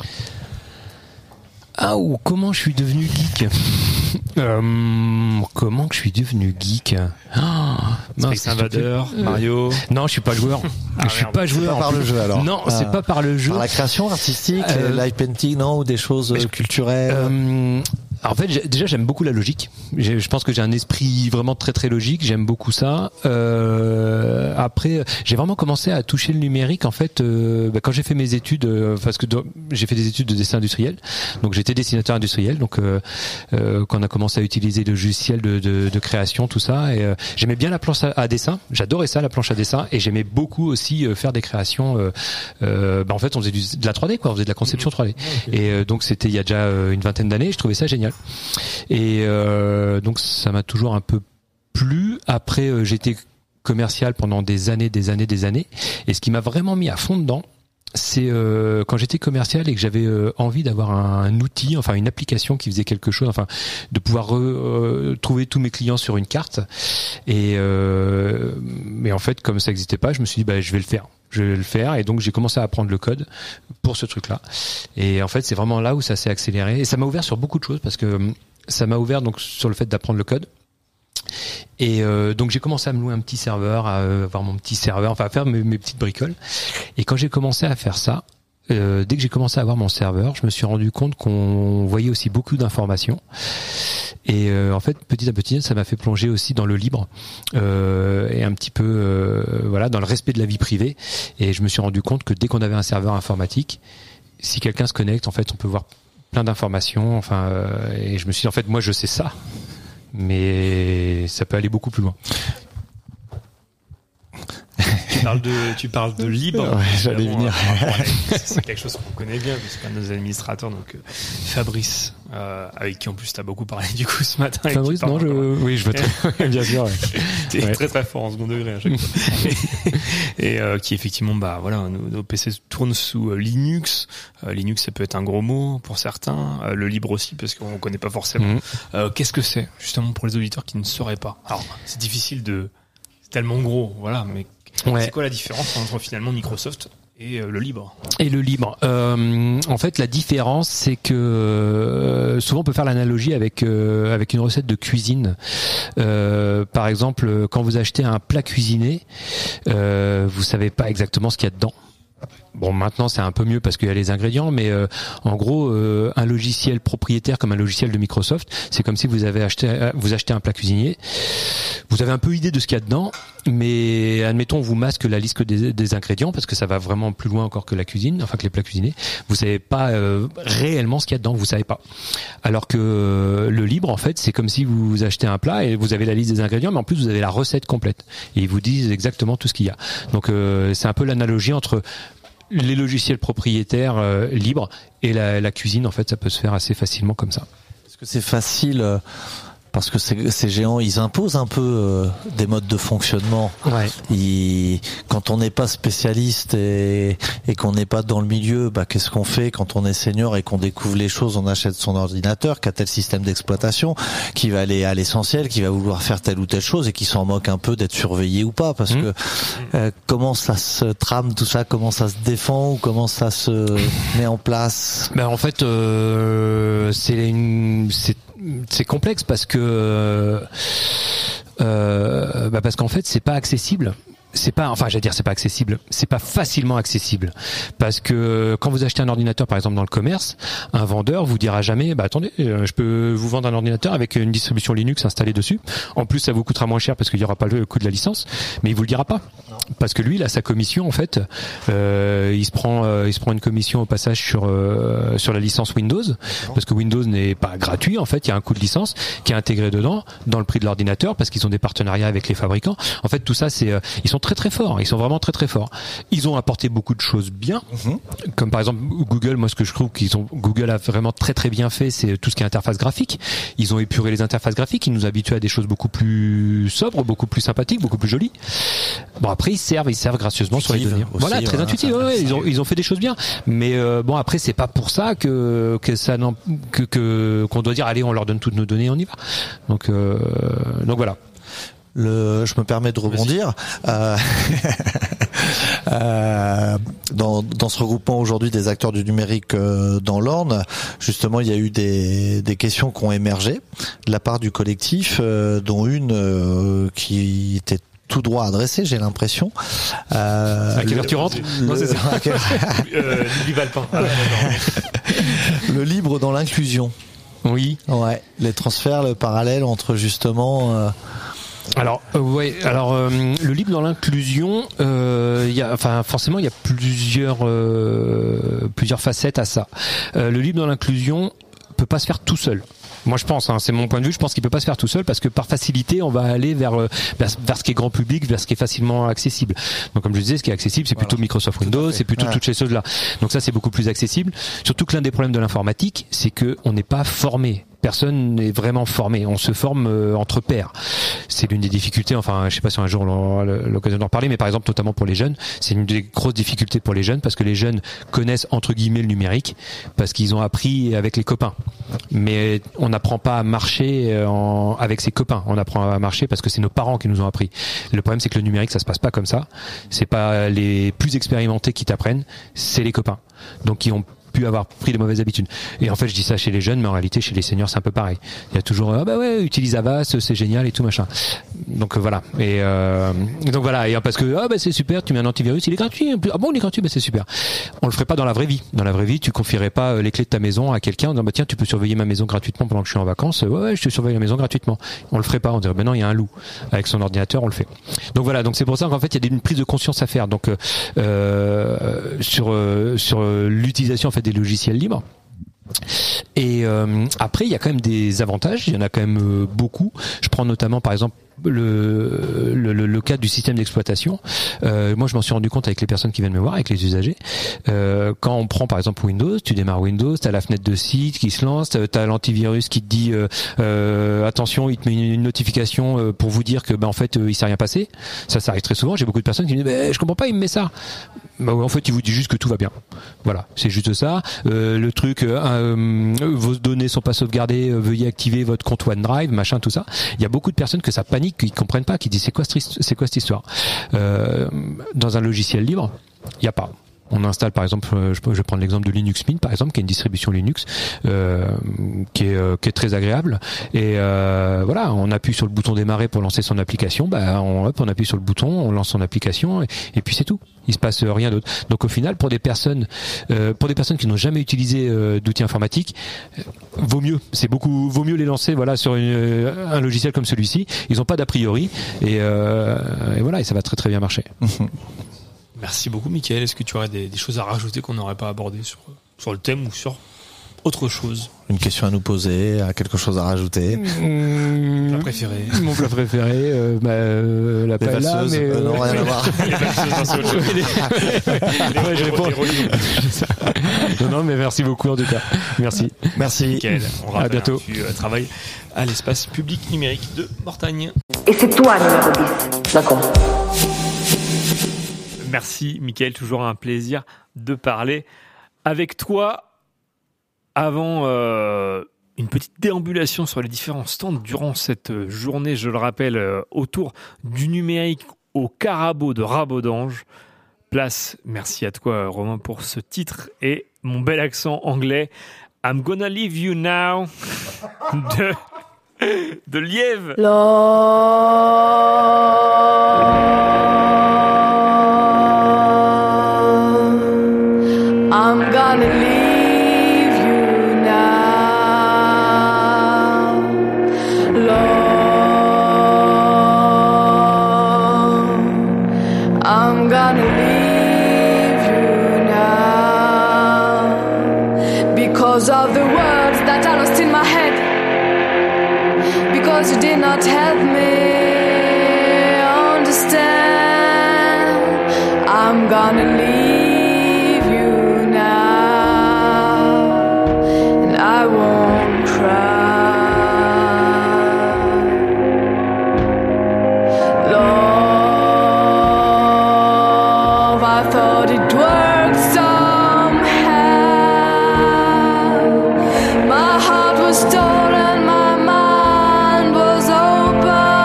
Ah, ou comment je suis devenu geek ? euh, Comment que je suis devenu geek ? Ah, Space Invader, Mario. Non, je suis pas joueur. Ah, je suis pas joueur. C'est pas par le jeu alors. Non, ah. c'est pas par le jeu. Par la création artistique, euh, live painting, non, ou des choses je, culturelles. Euh, Alors en fait, j'ai, déjà j'aime beaucoup la logique. J'ai, je pense que j'ai un esprit vraiment très très logique. J'aime beaucoup ça. Euh, après, j'ai vraiment commencé à toucher le numérique en fait euh, bah, quand j'ai fait mes études, euh, parce que de, j'ai fait des études de dessin industriel. Donc j'étais dessinateur industriel. Donc euh, euh, quand on a commencé à utiliser le logiciel de, de, de création, tout ça, et euh, j'aimais bien la planche à, à dessin. J'adorais ça, la planche à dessin, et j'aimais beaucoup aussi euh, faire des créations. Euh, euh, bah, en fait, on faisait du, de la trois D, quoi. On faisait de la conception trois D. Et euh, donc c'était il y a déjà euh, une vingtaine d'années. Je trouvais ça génial. Et euh, donc ça m'a toujours un peu plu. Après euh, j'étais commercial pendant des années, des années, des années. Et ce qui m'a vraiment mis à fond dedans, c'est euh, quand j'étais commercial et que j'avais euh, envie d'avoir un, un outil, enfin une application qui faisait quelque chose, enfin de pouvoir re, euh, trouver tous mes clients sur une carte. Et euh, mais en fait, comme ça n'existait pas, je me suis dit bah je vais le faire. Je vais le faire, et donc j'ai commencé à apprendre le code pour ce truc-là. Et en fait, c'est vraiment là où ça s'est accéléré, et ça m'a ouvert sur beaucoup de choses, parce que ça m'a ouvert donc sur le fait d'apprendre le code. Et euh, donc j'ai commencé à me louer un petit serveur, à avoir mon petit serveur, enfin à faire mes, mes petites bricoles. Et quand j'ai commencé à faire ça, euh, dès que j'ai commencé à avoir mon serveur, je me suis rendu compte qu'on voyait aussi beaucoup d'informations. Et euh, en fait, petit à petit, ça m'a fait plonger aussi dans le libre euh, et un petit peu, euh, voilà, dans le respect de la vie privée. Et je me suis rendu compte que dès qu'on avait un serveur informatique, si quelqu'un se connecte, en fait, on peut voir plein d'informations. Enfin, euh, et je me suis dit, en fait, moi, je sais ça, mais ça peut aller beaucoup plus loin. Tu parles de, tu parles de libre. Ouais, j'allais venir. Euh, c'est quelque chose qu'on connaît bien, puisqu'un de nos administrateurs, donc euh, Fabrice, euh, avec qui en plus t'as beaucoup parlé du coup ce matin. Fabrice, non, je, oui, je veux très, bien sûr. Ouais. T'es ouais. très très fort en second degré à chaque fois. et et euh, qui effectivement, bah voilà, nos, nos P C tournent sous euh, Linux. Euh, Linux, ça peut être un gros mot pour certains. Euh, le libre aussi, parce qu'on connaît pas forcément. Mmh. Euh, qu'est-ce que c'est, justement, pour les auditeurs qui ne sauraient pas? Alors, c'est difficile de, c'est tellement gros, voilà, mais ouais. C'est quoi la différence entre finalement Microsoft et euh, le libre? Et le libre, euh, en fait, la différence, c'est que euh, souvent on peut faire l'analogie avec euh, avec une recette de cuisine. Euh, par exemple, quand vous achetez un plat cuisiné, euh, vous savez pas exactement ce qu'il y a dedans. Bon, maintenant c'est un peu mieux parce qu'il y a les ingrédients, mais euh, en gros, euh, un logiciel propriétaire comme un logiciel de Microsoft, c'est comme si vous avez acheté, vous achetez un plat cuisinier. Vous avez un peu idée de ce qu'il y a dedans, mais admettons on vous masque la liste des, des ingrédients parce que ça va vraiment plus loin encore que la cuisine, enfin que les plats cuisinés. Vous savez pas euh, réellement ce qu'il y a dedans, vous savez pas. Alors que euh, le libre, en fait, c'est comme si vous achetez un plat et vous avez la liste des ingrédients, mais en plus vous avez la recette complète et ils vous disent exactement tout ce qu'il y a. Donc euh, c'est un peu l'analogie entre les logiciels propriétaires euh, libres et la, la cuisine. En fait, ça peut se faire assez facilement comme ça. Est-ce que c'est facile euh, parce que ces, ces géants, ils imposent un peu euh, des modes de fonctionnement. Ouais. Ils, quand on n'est pas spécialiste et, et qu'on n'est pas dans le milieu, bah qu'est-ce qu'on fait quand on est senior et qu'on découvre les choses? On achète son ordinateur, qui a tel système d'exploitation, qui va aller à l'essentiel, qui va vouloir faire telle ou telle chose et qui s'en moque un peu d'être surveillé ou pas, parce mmh. que euh, comment ça se trame tout ça, comment ça se défend ou comment ça se met en place? Ben en fait, euh, c'est une, c'est c'est complexe parce que euh, euh, bah parce qu'en fait c'est pas accessible. C'est pas, enfin, j'allais dire, c'est pas accessible. C'est pas facilement accessible parce que quand vous achetez un ordinateur, par exemple dans le commerce, un vendeur vous dira jamais, bah attendez, je peux vous vendre un ordinateur avec une distribution Linux installée dessus. En plus, ça vous coûtera moins cher parce qu'il y aura pas le coût de la licence, mais il vous le dira pas parce que lui, il a sa commission en fait. Euh, il se prend, euh, il se prend une commission au passage sur euh, sur la licence Windows parce que Windows n'est pas gratuit en fait. Il y a un coût de licence qui est intégré dedans dans le prix de l'ordinateur parce qu'ils ont des partenariats avec les fabricants. En fait, tout ça, c'est, euh, ils sont très très forts, ils sont vraiment très très forts. Ils ont apporté beaucoup de choses bien, mmh. comme par exemple Google. Moi, ce que je trouve qu'ils ont, Google a vraiment très très bien fait, c'est tout ce qui est interface graphique. Ils ont épuré les interfaces graphiques, ils nous habituent à des choses beaucoup plus sobres, beaucoup plus sympathiques, beaucoup plus jolies. Bon, après ils servent, ils servent gracieusement sur les données. Aussi, voilà, très voilà, intuitif. Ouais, ouais, ils ont ils ont fait des choses bien, mais euh, bon après c'est pas pour ça que que ça n'en, que que qu'on doit dire allez on leur donne toutes nos données, on y va. Donc euh, donc voilà. Le, je me permets de rebondir. Euh, euh, dans, dans ce regroupement aujourd'hui des acteurs du numérique euh, dans l'Orne, justement, il y a eu des, des questions qui ont émergé de la part du collectif, euh, dont une euh, qui était tout droit adressée, j'ai l'impression. Euh, à quelle heure tu rentres? Le, non, c'est ça. euh, du Valpin. Ah, le libre dans l'inclusion. Oui. Ouais. Les transferts, le parallèle entre justement. Euh... Alors euh, ouais, alors euh, le libre dans l'inclusion, euh, il y a, enfin forcément il y a plusieurs euh, plusieurs facettes à ça. Euh, le libre dans l'inclusion peut pas se faire tout seul. Moi je pense, hein, c'est mon point de vue, je pense qu'il peut pas se faire tout seul parce que par facilité on va aller vers, vers vers ce qui est grand public, vers ce qui est facilement accessible. Donc comme je disais, ce qui est accessible, c'est voilà. plutôt Microsoft Windows, c'est plutôt ouais. toutes ces choses-là. Donc ça c'est beaucoup plus accessible. Surtout que l'un des problèmes de l'informatique, c'est que on n'est pas formé. Personne n'est vraiment formé. On se forme euh, entre pairs. C'est l'une des difficultés. Enfin, je sais pas si un jour on aura l'occasion d'en reparler, mais par exemple, notamment pour les jeunes, c'est une des grosses difficultés pour les jeunes parce que les jeunes connaissent entre guillemets le numérique parce qu'ils ont appris avec les copains. Mais on n'apprend pas à marcher en, avec ses copains. On apprend à marcher parce que c'est nos parents qui nous ont appris. Le problème, c'est que le numérique, ça se passe pas comme ça. C'est pas les plus expérimentés qui t'apprennent, c'est les copains. Donc, ils ont pu avoir pris des mauvaises habitudes. Et en fait, je dis ça chez les jeunes, mais en réalité, chez les seniors, c'est un peu pareil. Il y a toujours, ah bah ouais, utilise Avast, c'est génial et tout machin. Donc voilà. Et, euh, et donc voilà. Et parce que, ah bah c'est super, tu mets un antivirus, il est gratuit. Ah bon, il est gratuit, bah c'est super. On le ferait pas dans la vraie vie. Dans la vraie vie, tu confierais pas les clés de ta maison à quelqu'un en disant, bah tiens, tu peux surveiller ma maison gratuitement pendant que je suis en vacances. Ouais, ouais, je te surveille la maison gratuitement. On le ferait pas. On dirait, ben non, il y a un loup. Avec son ordinateur, on le fait. Donc voilà. Donc c'est pour ça qu'en fait, il y a une prise de conscience à faire. Donc, euh, sur, euh, sur l'utilisation, en fait, des logiciels libres. Et euh, après, il y a quand même des avantages. Il y en a quand même euh, beaucoup. Je prends notamment, par exemple, le, le, le, le cas du système d'exploitation. Euh, moi, je m'en suis rendu compte avec les personnes qui viennent me voir, avec les usagers. Euh, quand on prend par exemple Windows, tu démarres Windows, t'as la fenêtre de site qui se lance, t'as, t'as l'antivirus qui te dit euh, euh, attention, il te met une, une notification euh, pour vous dire que ben en fait euh, il s'est rien passé. Ça, ça arrive très souvent. J'ai beaucoup de personnes qui me disent bah, je comprends pas, il me met ça. Bah, en fait, il vous dit juste que tout va bien. Voilà, c'est juste ça. Euh, le truc, euh, euh, vos données sont pas sauvegardées, euh, veuillez activer votre compte OneDrive, machin, tout ça. Il y a beaucoup de personnes que ça panique, qui comprennent pas, qui disent c'est quoi, c'est quoi cette histoire. Euh, dans un logiciel libre, il y a pas. On installe par exemple, je peux, je vais prendre l'exemple de Linux Mint par exemple, qui est une distribution Linux euh, qui est euh, qui est très agréable. Et euh, voilà, on appuie sur le bouton démarrer pour lancer son application. Bah, on, hop, on appuie sur le bouton, on lance son application et, et puis c'est tout. Il se passe rien d'autre. Donc au final, pour des personnes, euh, pour des personnes qui n'ont jamais utilisé euh, d'outils informatiques, euh, vaut mieux. C'est beaucoup, vaut mieux les lancer voilà sur une, euh, un logiciel comme celui-ci. Ils n'ont pas d'a priori et, euh, et voilà, et ça va très très bien marcher. Merci beaucoup, Mickaël. Est-ce que tu aurais des, des choses à rajouter qu'on n'aurait pas abordées sur, sur le thème ou sur autre chose? Une question à nous poser, quelque chose à rajouter. Mmh, plat préféré. Mon plat préféré, euh, bah, euh, la paella, mais euh, non, rien à voir. Les valseuses, c'est autre chose. Ouais, je réponds. Non, non, mais merci beaucoup en tout cas. Merci. Merci. Mickaël, on rappelle, à bientôt. Hein, tu euh, travailles à l'espace public numérique de Mortagne. Et c'est toi, numéro dix. D'accord. Merci, Mickaël. Toujours un plaisir de parler avec toi. Avant euh, une petite déambulation sur les différents stands durant cette journée, je le rappelle, euh, autour du numérique au Carabo de Rabodange. Place, merci à toi Romain pour ce titre et mon bel accent anglais. I'm gonna leave you now de, de Lièvre. I'm gonna leave I'm gonna leave you now because of the words that I lost in my head, because you did not help me understand. I'm gonna leave you now and I won't cry. Stolen, my mind was open.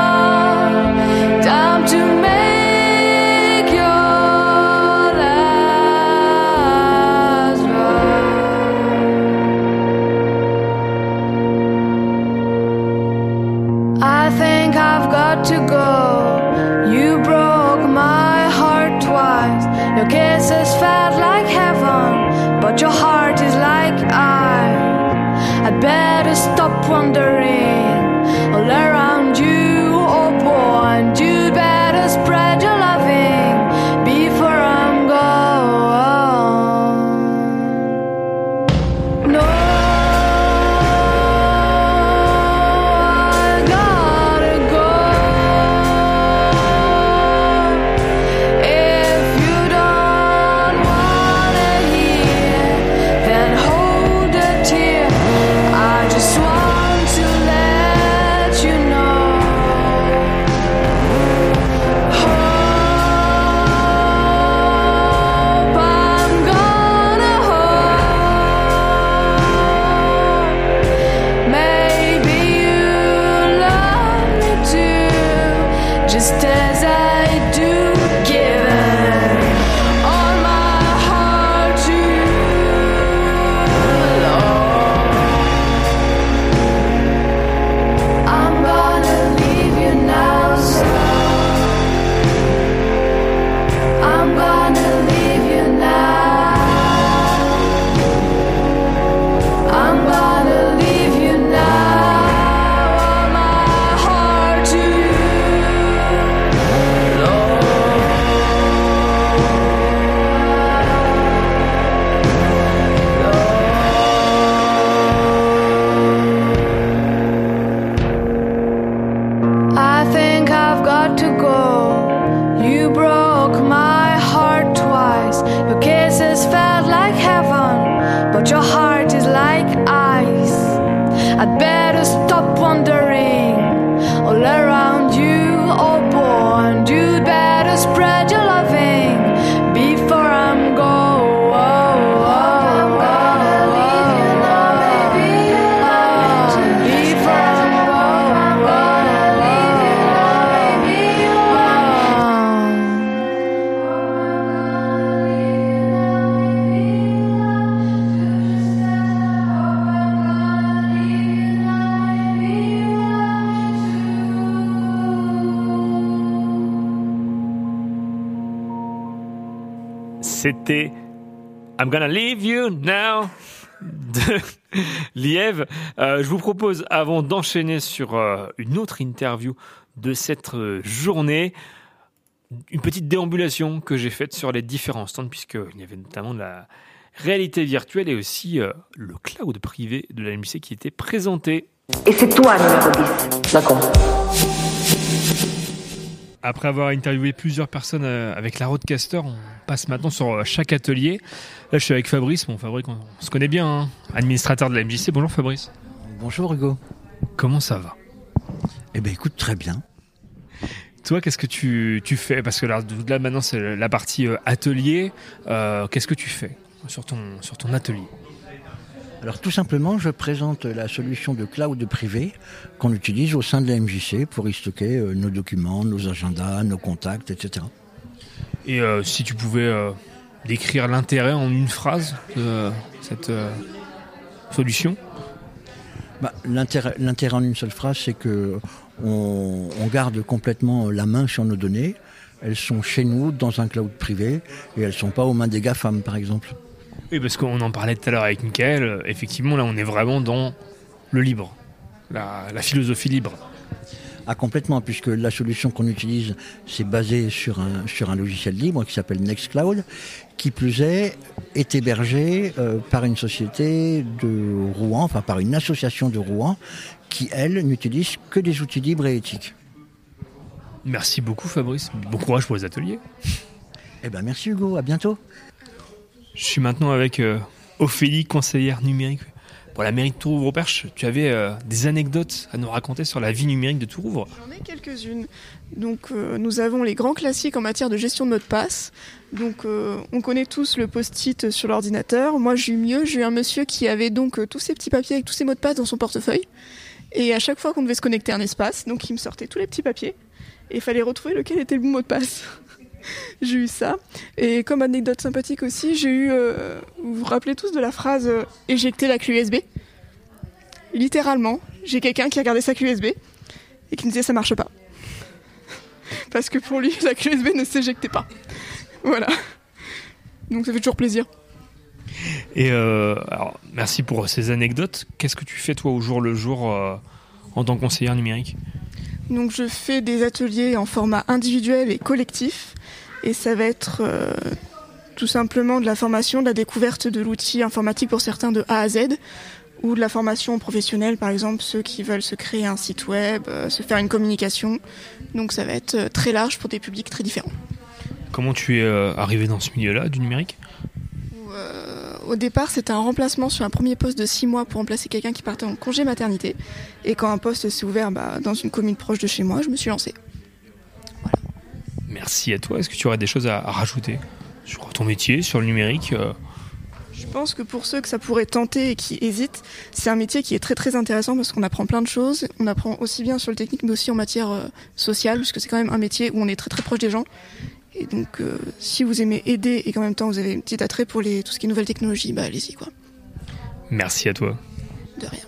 but your heart is like ice. I'd better stop wandering all around you, oh boy, and you'd better spread your loving before I'm gone. C'était I'm Gonna Leave You Now de Lièvre. Euh, je vous propose, avant d'enchaîner sur euh, une autre interview de cette euh, journée, une petite déambulation que j'ai faite sur les différents stands, puisqu'il y avait notamment de la réalité virtuelle et aussi euh, le cloud privé de la M J C qui était présenté. Et c'est toi, numéro dix. D'accord. Après avoir interviewé plusieurs personnes avec la Roadcaster, on passe maintenant sur chaque atelier. Là, je suis avec Fabrice. Bon, Fabrice, on se connaît bien, hein, administrateur de la M J C. Bonjour Fabrice. Bonjour Hugo. Comment ça va ? Eh bien, écoute, très bien. Toi, qu'est-ce que tu, tu fais ? Parce que là, là, maintenant, c'est la partie euh, atelier. Euh, qu'est-ce que tu fais sur ton, sur ton atelier ? Alors tout simplement, je présente la solution de cloud privé qu'on utilise au sein de la M J C pour y stocker euh, nos documents, nos agendas, nos contacts, et cetera. Et euh, si tu pouvais euh, décrire l'intérêt en une phrase de euh, cette euh, solution ? Bah, l'intérêt, l'intérêt en une seule phrase, c'est que on, on garde complètement la main sur nos données. Elles sont chez nous dans un cloud privé et elles ne sont pas aux mains des GAFAM, par exemple. Oui, parce qu'on en parlait tout à l'heure avec Mickaël. Effectivement, là, on est vraiment dans le libre, la, la philosophie libre. Ah, complètement, puisque la solution qu'on utilise, c'est basé sur un, sur un logiciel libre qui s'appelle Nextcloud, qui plus est, est hébergé euh, par une société de Rouen, enfin par une association de Rouen, qui, elle, n'utilise que des outils libres et éthiques. Merci beaucoup, Fabrice. Bon courage pour les ateliers. Eh ben, merci Hugo, à bientôt. Je suis maintenant avec euh, Ophélie, conseillère numérique pour la mairie de Tourouvre-au-Perche. Tu avais euh, des anecdotes à nous raconter sur la vie numérique de Tourouvre. J'en ai quelques-unes. Donc, euh, nous avons les grands classiques en matière de gestion de mots de passe. Donc, euh, on connaît tous le post-it sur l'ordinateur. Moi, j'ai eu mieux. J'ai eu un monsieur qui avait donc euh, tous ces petits papiers avec tous ces mots de passe dans son portefeuille. Et à chaque fois qu'on devait se connecter à un espace, donc il me sortait tous les petits papiers. Et il fallait retrouver lequel était le bon mot de passe. J'ai eu ça. Et comme anecdote sympathique aussi, j'ai eu... Euh, vous vous rappelez tous de la phrase euh, « éjecter la clé U S B ». Littéralement, j'ai quelqu'un qui a regardé sa clé U S B et qui me disait « ça marche pas ». Parce que pour lui, la clé U S B ne s'éjectait pas. Voilà. Donc ça fait toujours plaisir. Et euh, alors, merci pour ces anecdotes. Qu'est-ce que tu fais toi au jour le jour euh, en tant que conseillère numérique ? Donc je fais des ateliers en format individuel et collectif. Et ça va être euh, tout simplement de la formation, de la découverte de l'outil informatique pour certains de A à Z, ou de la formation professionnelle, par exemple ceux qui veulent se créer un site web, euh, se faire une communication. Donc ça va être très large pour des publics très différents. Comment tu es euh, arrivé dans ce milieu-là du numérique ? euh, Au départ, c'était un remplacement sur un premier poste de six mois pour remplacer quelqu'un qui partait en congé maternité. Et quand un poste s'est ouvert bah, dans une commune proche de chez moi, je me suis lancée. Voilà. Merci à toi. Est-ce que tu aurais des choses à, à rajouter sur ton métier, sur le numérique ? euh... Je pense que pour ceux que ça pourrait tenter et qui hésitent, c'est un métier qui est très très intéressant parce qu'on apprend plein de choses. On apprend aussi bien sur le technique mais aussi en matière euh, sociale, puisque c'est quand même un métier où on est très très proche des gens. Et donc euh, si vous aimez aider et qu'en même temps vous avez un petit attrait pour les, tout ce qui est nouvelles technologies, bah allez-y quoi. Merci à toi. De rien.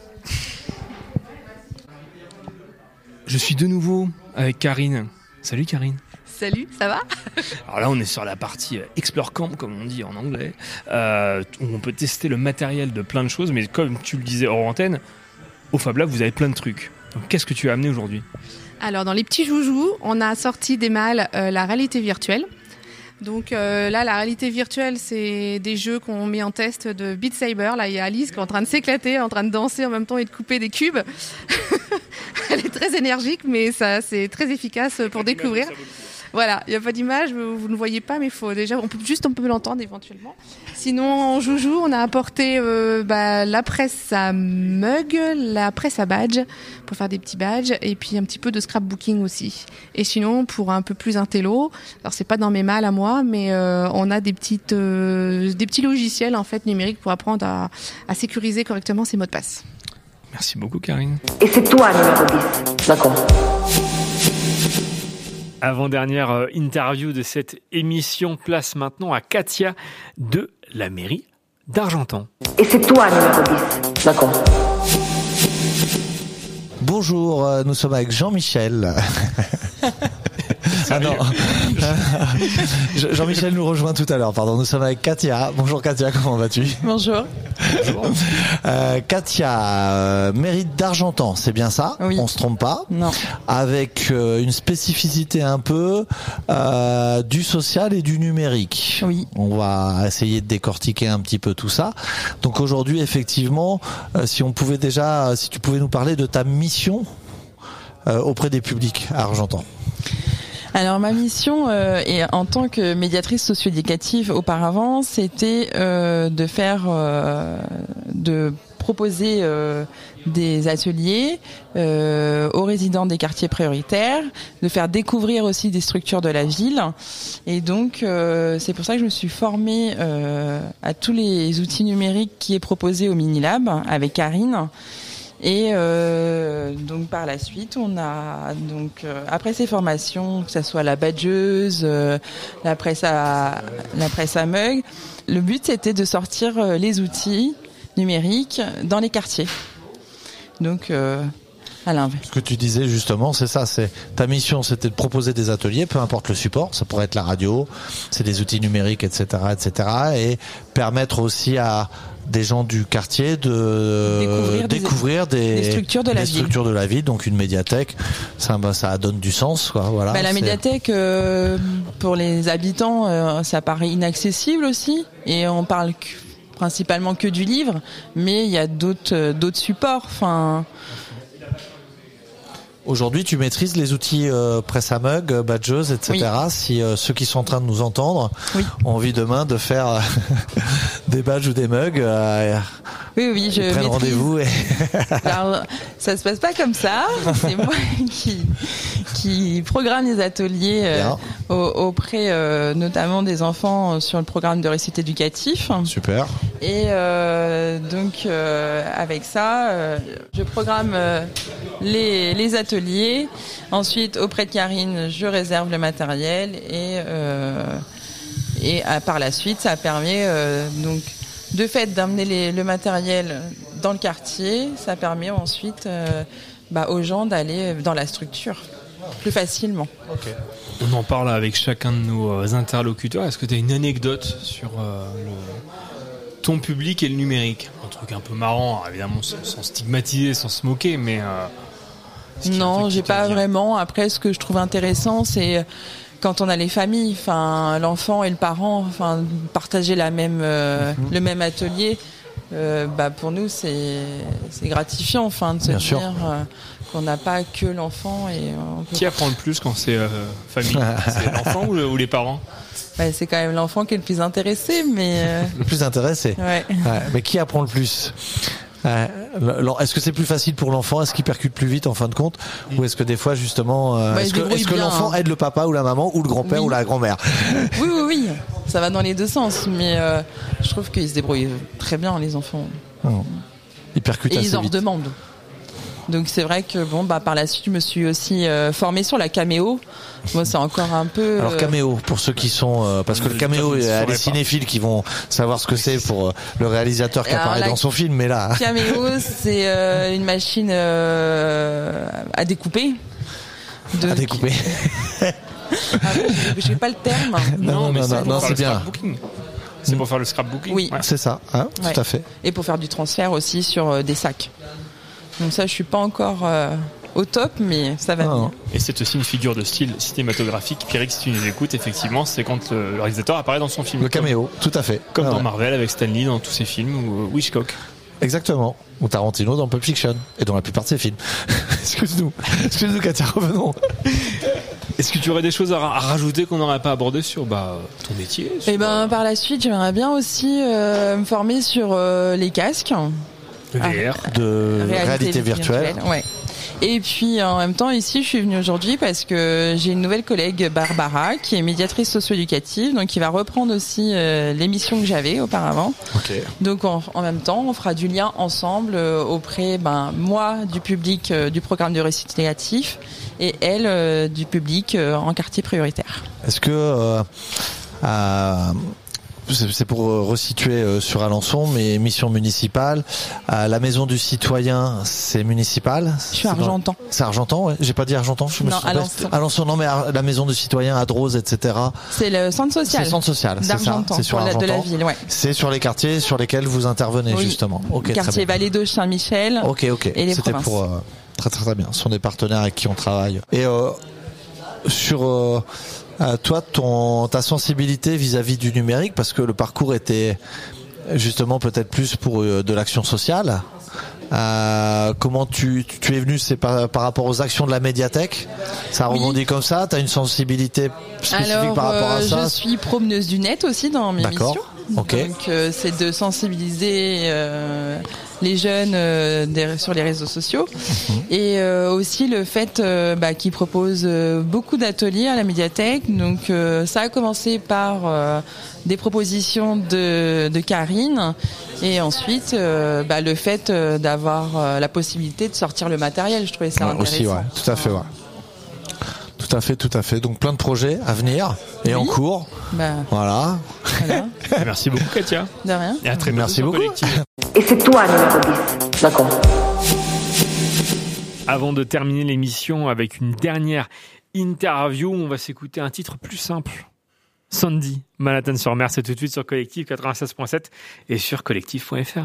Je suis de nouveau avec Karine. Salut Karine. Salut, ça va ? Alors là, on est sur la partie Explore Camp, comme on dit en anglais, euh, où on peut tester le matériel de plein de choses, mais comme tu le disais hors antenne, au Fab Lab, vous avez plein de trucs. Donc, qu'est-ce que tu as amené aujourd'hui ? Alors, dans les petits joujoux, on a sorti des malles euh, la réalité virtuelle. Donc euh, là, la réalité virtuelle, c'est des jeux qu'on met en test de Beat Saber. Là, il y a Alice qui est en train de s'éclater, en train de danser en même temps et de couper des cubes. Elle est très énergique, mais ça, c'est très efficace pour découvrir. Voilà, il n'y a pas d'image, vous, vous ne voyez pas, mais faut déjà, on peut juste on peut l'entendre éventuellement. Sinon, en joujou, on a apporté euh, bah, la presse à mug, la presse à badge pour faire des petits badges, et puis un petit peu de scrapbooking aussi. Et sinon, pour un peu plus intello, alors c'est pas dans mes malles à moi, mais euh, on a des petites, euh, des petits logiciels en fait numériques pour apprendre à, à sécuriser correctement ses mots de passe. Merci beaucoup, Karine. Et c'est toi, numéro dix. D'accord. Avant-dernière euh, interview de cette émission, place maintenant à Katia de la mairie d'Argentan. Et c'est toi, numéro dix. D'accord. Bonjour, euh, nous sommes avec Jean-Michel. Ah non, Jean-Michel nous rejoint tout à l'heure, pardon, nous sommes avec Katia. Bonjour Katia, comment vas-tu ? Bonjour. Euh, Katia, euh, mairie d'Argentan, c'est bien ça ? Oui. On se trompe pas ? Non. Avec euh, une spécificité un peu euh, du social et du numérique. Oui. On va essayer de décortiquer un petit peu tout ça. Donc aujourd'hui, effectivement, euh, si on pouvait déjà, si tu pouvais nous parler de ta mission euh, auprès des publics à Argentan. Alors ma mission euh, et en tant que médiatrice socio-éducative auparavant, c'était euh, de faire, euh, de proposer euh, des ateliers euh, aux résidents des quartiers prioritaires, de faire découvrir aussi des structures de la ville. Et donc euh, c'est pour ça que je me suis formée euh, à tous les outils numériques qui est proposé au Minilab avec Karine. Et euh, donc par la suite, on a donc euh, après ces formations, que ça soit la badgeuse, euh, la presse à la presse à mug, le but c'était de sortir euh, les outils numériques dans les quartiers. Donc euh, à l'inverse. Ce que tu disais justement, c'est ça, c'est ta mission, c'était de proposer des ateliers, peu importe le support, ça pourrait être la radio, c'est des outils numériques, et cetera, et cetera, et permettre aussi à des gens du quartier de découvrir, découvrir des, des, des structures de la des ville. structures de la ville, donc une médiathèque, ça, bah, ça donne du sens, quoi. Voilà. Bah, la c'est... médiathèque euh, pour les habitants, euh, ça paraît inaccessible aussi, et on parle que, principalement que du livre, mais il y a d'autres euh, d'autres supports. Enfin. Aujourd'hui, tu maîtrises les outils euh, presse à mug, badgeuse, et cetera. Oui. Si euh, ceux qui sont en train de nous entendre oui. ont envie demain de faire euh, des badges ou des mugs, euh, oui, oui, je prennent rendez-vous. Et... Alors, ça se passe pas comme ça. C'est moi qui qui programme les ateliers euh, au, auprès euh, notamment des enfants sur le programme de réussite éducatif. Super. Et euh, donc euh, avec ça, euh, je programme euh, les les ateliers. Ensuite, auprès de Karine, je réserve le matériel et euh, et à, par la suite, ça permet euh, donc de fait d'amener les, le matériel dans le quartier. Ça permet ensuite euh, bah, aux gens d'aller dans la structure plus facilement. Okay. On en parle avec chacun de nos interlocuteurs. Est-ce que tu as une anecdote sur euh, le, ton public et le numérique ? Un truc un peu marrant, évidemment, sans, sans stigmatiser, sans se moquer, mais... Euh, non, j'ai pas vraiment. Après, ce que je trouve intéressant, c'est quand on a les familles, enfin l'enfant et le parent, enfin partager la même euh, mm-hmm. le même atelier. Euh, bah pour nous c'est c'est gratifiant, enfin de se Bien dire euh, qu'on n'a pas que l'enfant et euh, peut... Qui apprend le plus quand c'est euh, famille ? C'est l'enfant ou, le, ou les parents ? Bah, c'est quand même l'enfant qui est le plus intéressé, mais euh... le plus intéressé. Ouais. Ouais, mais qui apprend le plus ? Euh, est-ce que c'est plus facile pour l'enfant ? Est-ce qu'il percute plus vite en fin de compte ? Ou est-ce que des fois justement euh, bah, est-ce, que, est-ce que bien, l'enfant hein. aide le papa ou la maman ou le grand-père oui. ou la grand-mère ? Oui oui oui, ça va dans les deux sens, mais euh, je trouve qu'ils se débrouillent très bien les enfants. Oh. Ils percutent et assez ils en vite. redemandent. Donc c'est vrai que bon bah par la suite je me suis aussi euh, formée sur la caméo. Moi c'est encore un peu. Alors caméo pour ceux qui sont euh, parce que le caméo il y a les cinéphiles qui vont savoir ce que c'est pour euh, le réalisateur qui apparaît dans son film, mais là. Caméo c'est euh, une machine euh, à découper. De... À découper. Ah, je n'ai pas le terme. Non non non, non, non c'est bien. C'est pour faire le scrapbooking. Oui, ouais. C'est ça, hein, ouais. Tout à fait. Et pour faire du transfert aussi sur euh, des sacs. Donc ça, je suis pas encore euh, au top, mais ça va bien. Et c'est aussi une figure de style cinématographique. Pierrick, si tu nous écoutes, effectivement, c'est quand le, le réalisateur apparaît dans son film. Le caméo, tout à fait. Comme ah, dans ouais. Marvel avec Stan Lee dans tous ses films, ou euh, Hitchcock. Exactement. Ou Tarantino dans Pulp Fiction et dans la plupart de ses films. Excuse-nous, excuse-nous, Katia, revenons. Est-ce que tu aurais des choses à, ra- à rajouter qu'on n'aurait pas abordé sur bah, ton métier sur, Et ben par la suite, j'aimerais bien aussi euh, me former sur euh, les casques. le V R, de réalité, réalité virtuelle. virtuelle ouais. Et puis en même temps ici je suis venue aujourd'hui parce que j'ai une nouvelle collègue Barbara qui est médiatrice socio-éducative, donc qui va reprendre aussi euh, l'émission que j'avais auparavant. Okay. Donc en, en même temps on fera du lien ensemble euh, auprès ben moi du public euh, du programme de récitatif et elle euh, du public euh, en quartier prioritaire. Est-ce que euh, euh, c'est pour resituer sur Alençon, mais mission municipale. À la maison du citoyen, c'est municipal. Je suis Argentan. Dans... C'est Argentan, ouais. J'ai pas dit Argentan. Je me non, suis Alençon. Alençon, non, mais la maison du citoyen à Drose, et cetera. C'est le centre social. C'est le centre social. D'Argentan. C'est sur la, Argentan. De la ville, ouais. C'est sur les quartiers sur lesquels vous intervenez, oui. justement. Ok. Quartier Vallée d'Auge, Saint-Michel. Ok, ok. Et les C'était provinces. pour euh, très, très très bien. Ce sont des partenaires avec qui on travaille. Et euh, sur euh, Euh, toi, ton, ta sensibilité vis-à-vis du numérique, parce que le parcours était justement peut-être plus pour euh, de l'action sociale. Euh, comment tu, tu es venu, c'est par, par rapport aux actions de la médiathèque? Ça rebondit oui. comme ça? T'as une sensibilité spécifique Alors, par rapport à euh, ça? Je suis promeneuse du net aussi dans mes D'accord. missions. Okay. Donc euh, c'est de sensibiliser euh, les jeunes euh, des, sur les réseaux sociaux mmh. et euh, aussi le fait euh, bah, qu'ils proposent euh, beaucoup d'ateliers à la médiathèque. Donc euh, ça a commencé par euh, des propositions de, de Karine et ensuite euh, bah, le fait euh, d'avoir euh, la possibilité de sortir le matériel. Je trouvais ça ouais, intéressant. Aussi, ouais, tout à fait, ouais. Tout à fait, tout à fait. Donc plein de projets à venir et oui. en cours. Bah, voilà. voilà. Merci beaucoup Katia. De rien. Et à très bientôt. Merci beaucoup. Collective. Et c'est toi numéro dix. D'accord. Avant de terminer l'émission avec une dernière interview, on va s'écouter un titre plus simple. Sandy, Manhattan-sur-Mer, c'est tout de suite sur Collective quatre-vingt-seize point sept et sur collective point f r.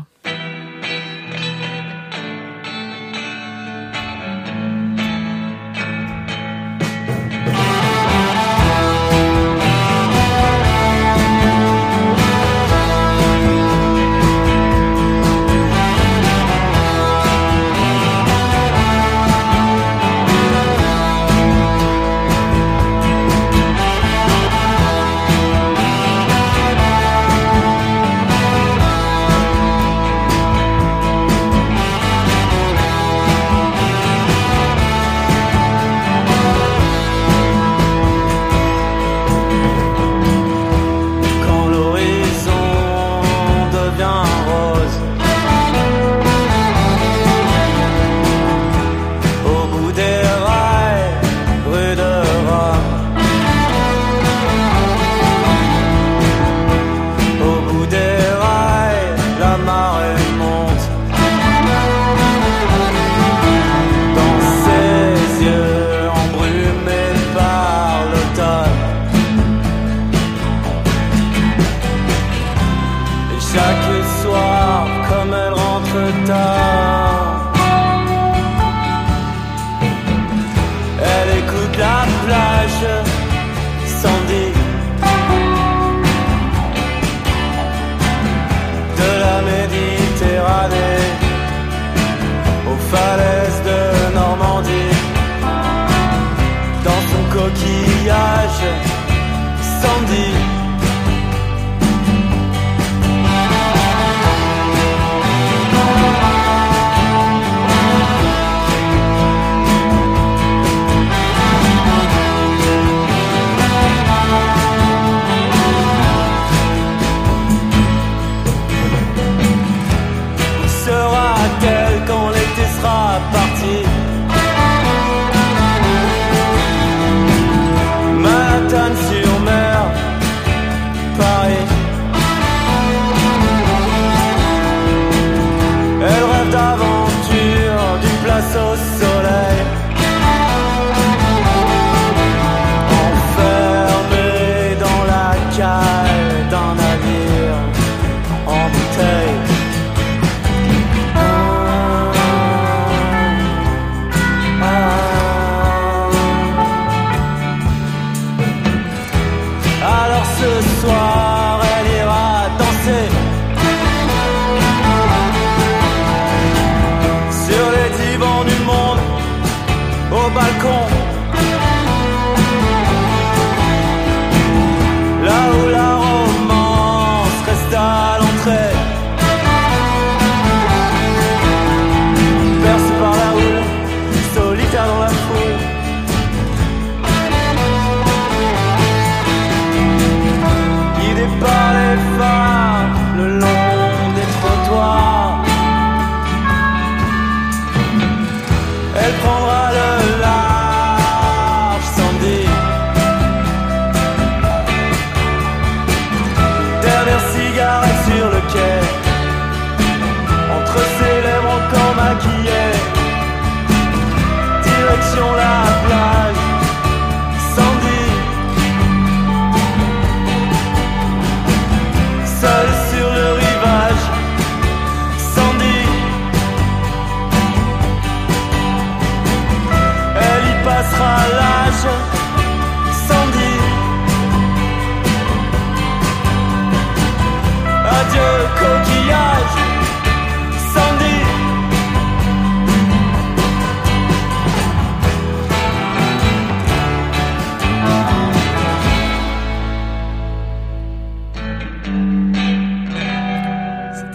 balcon.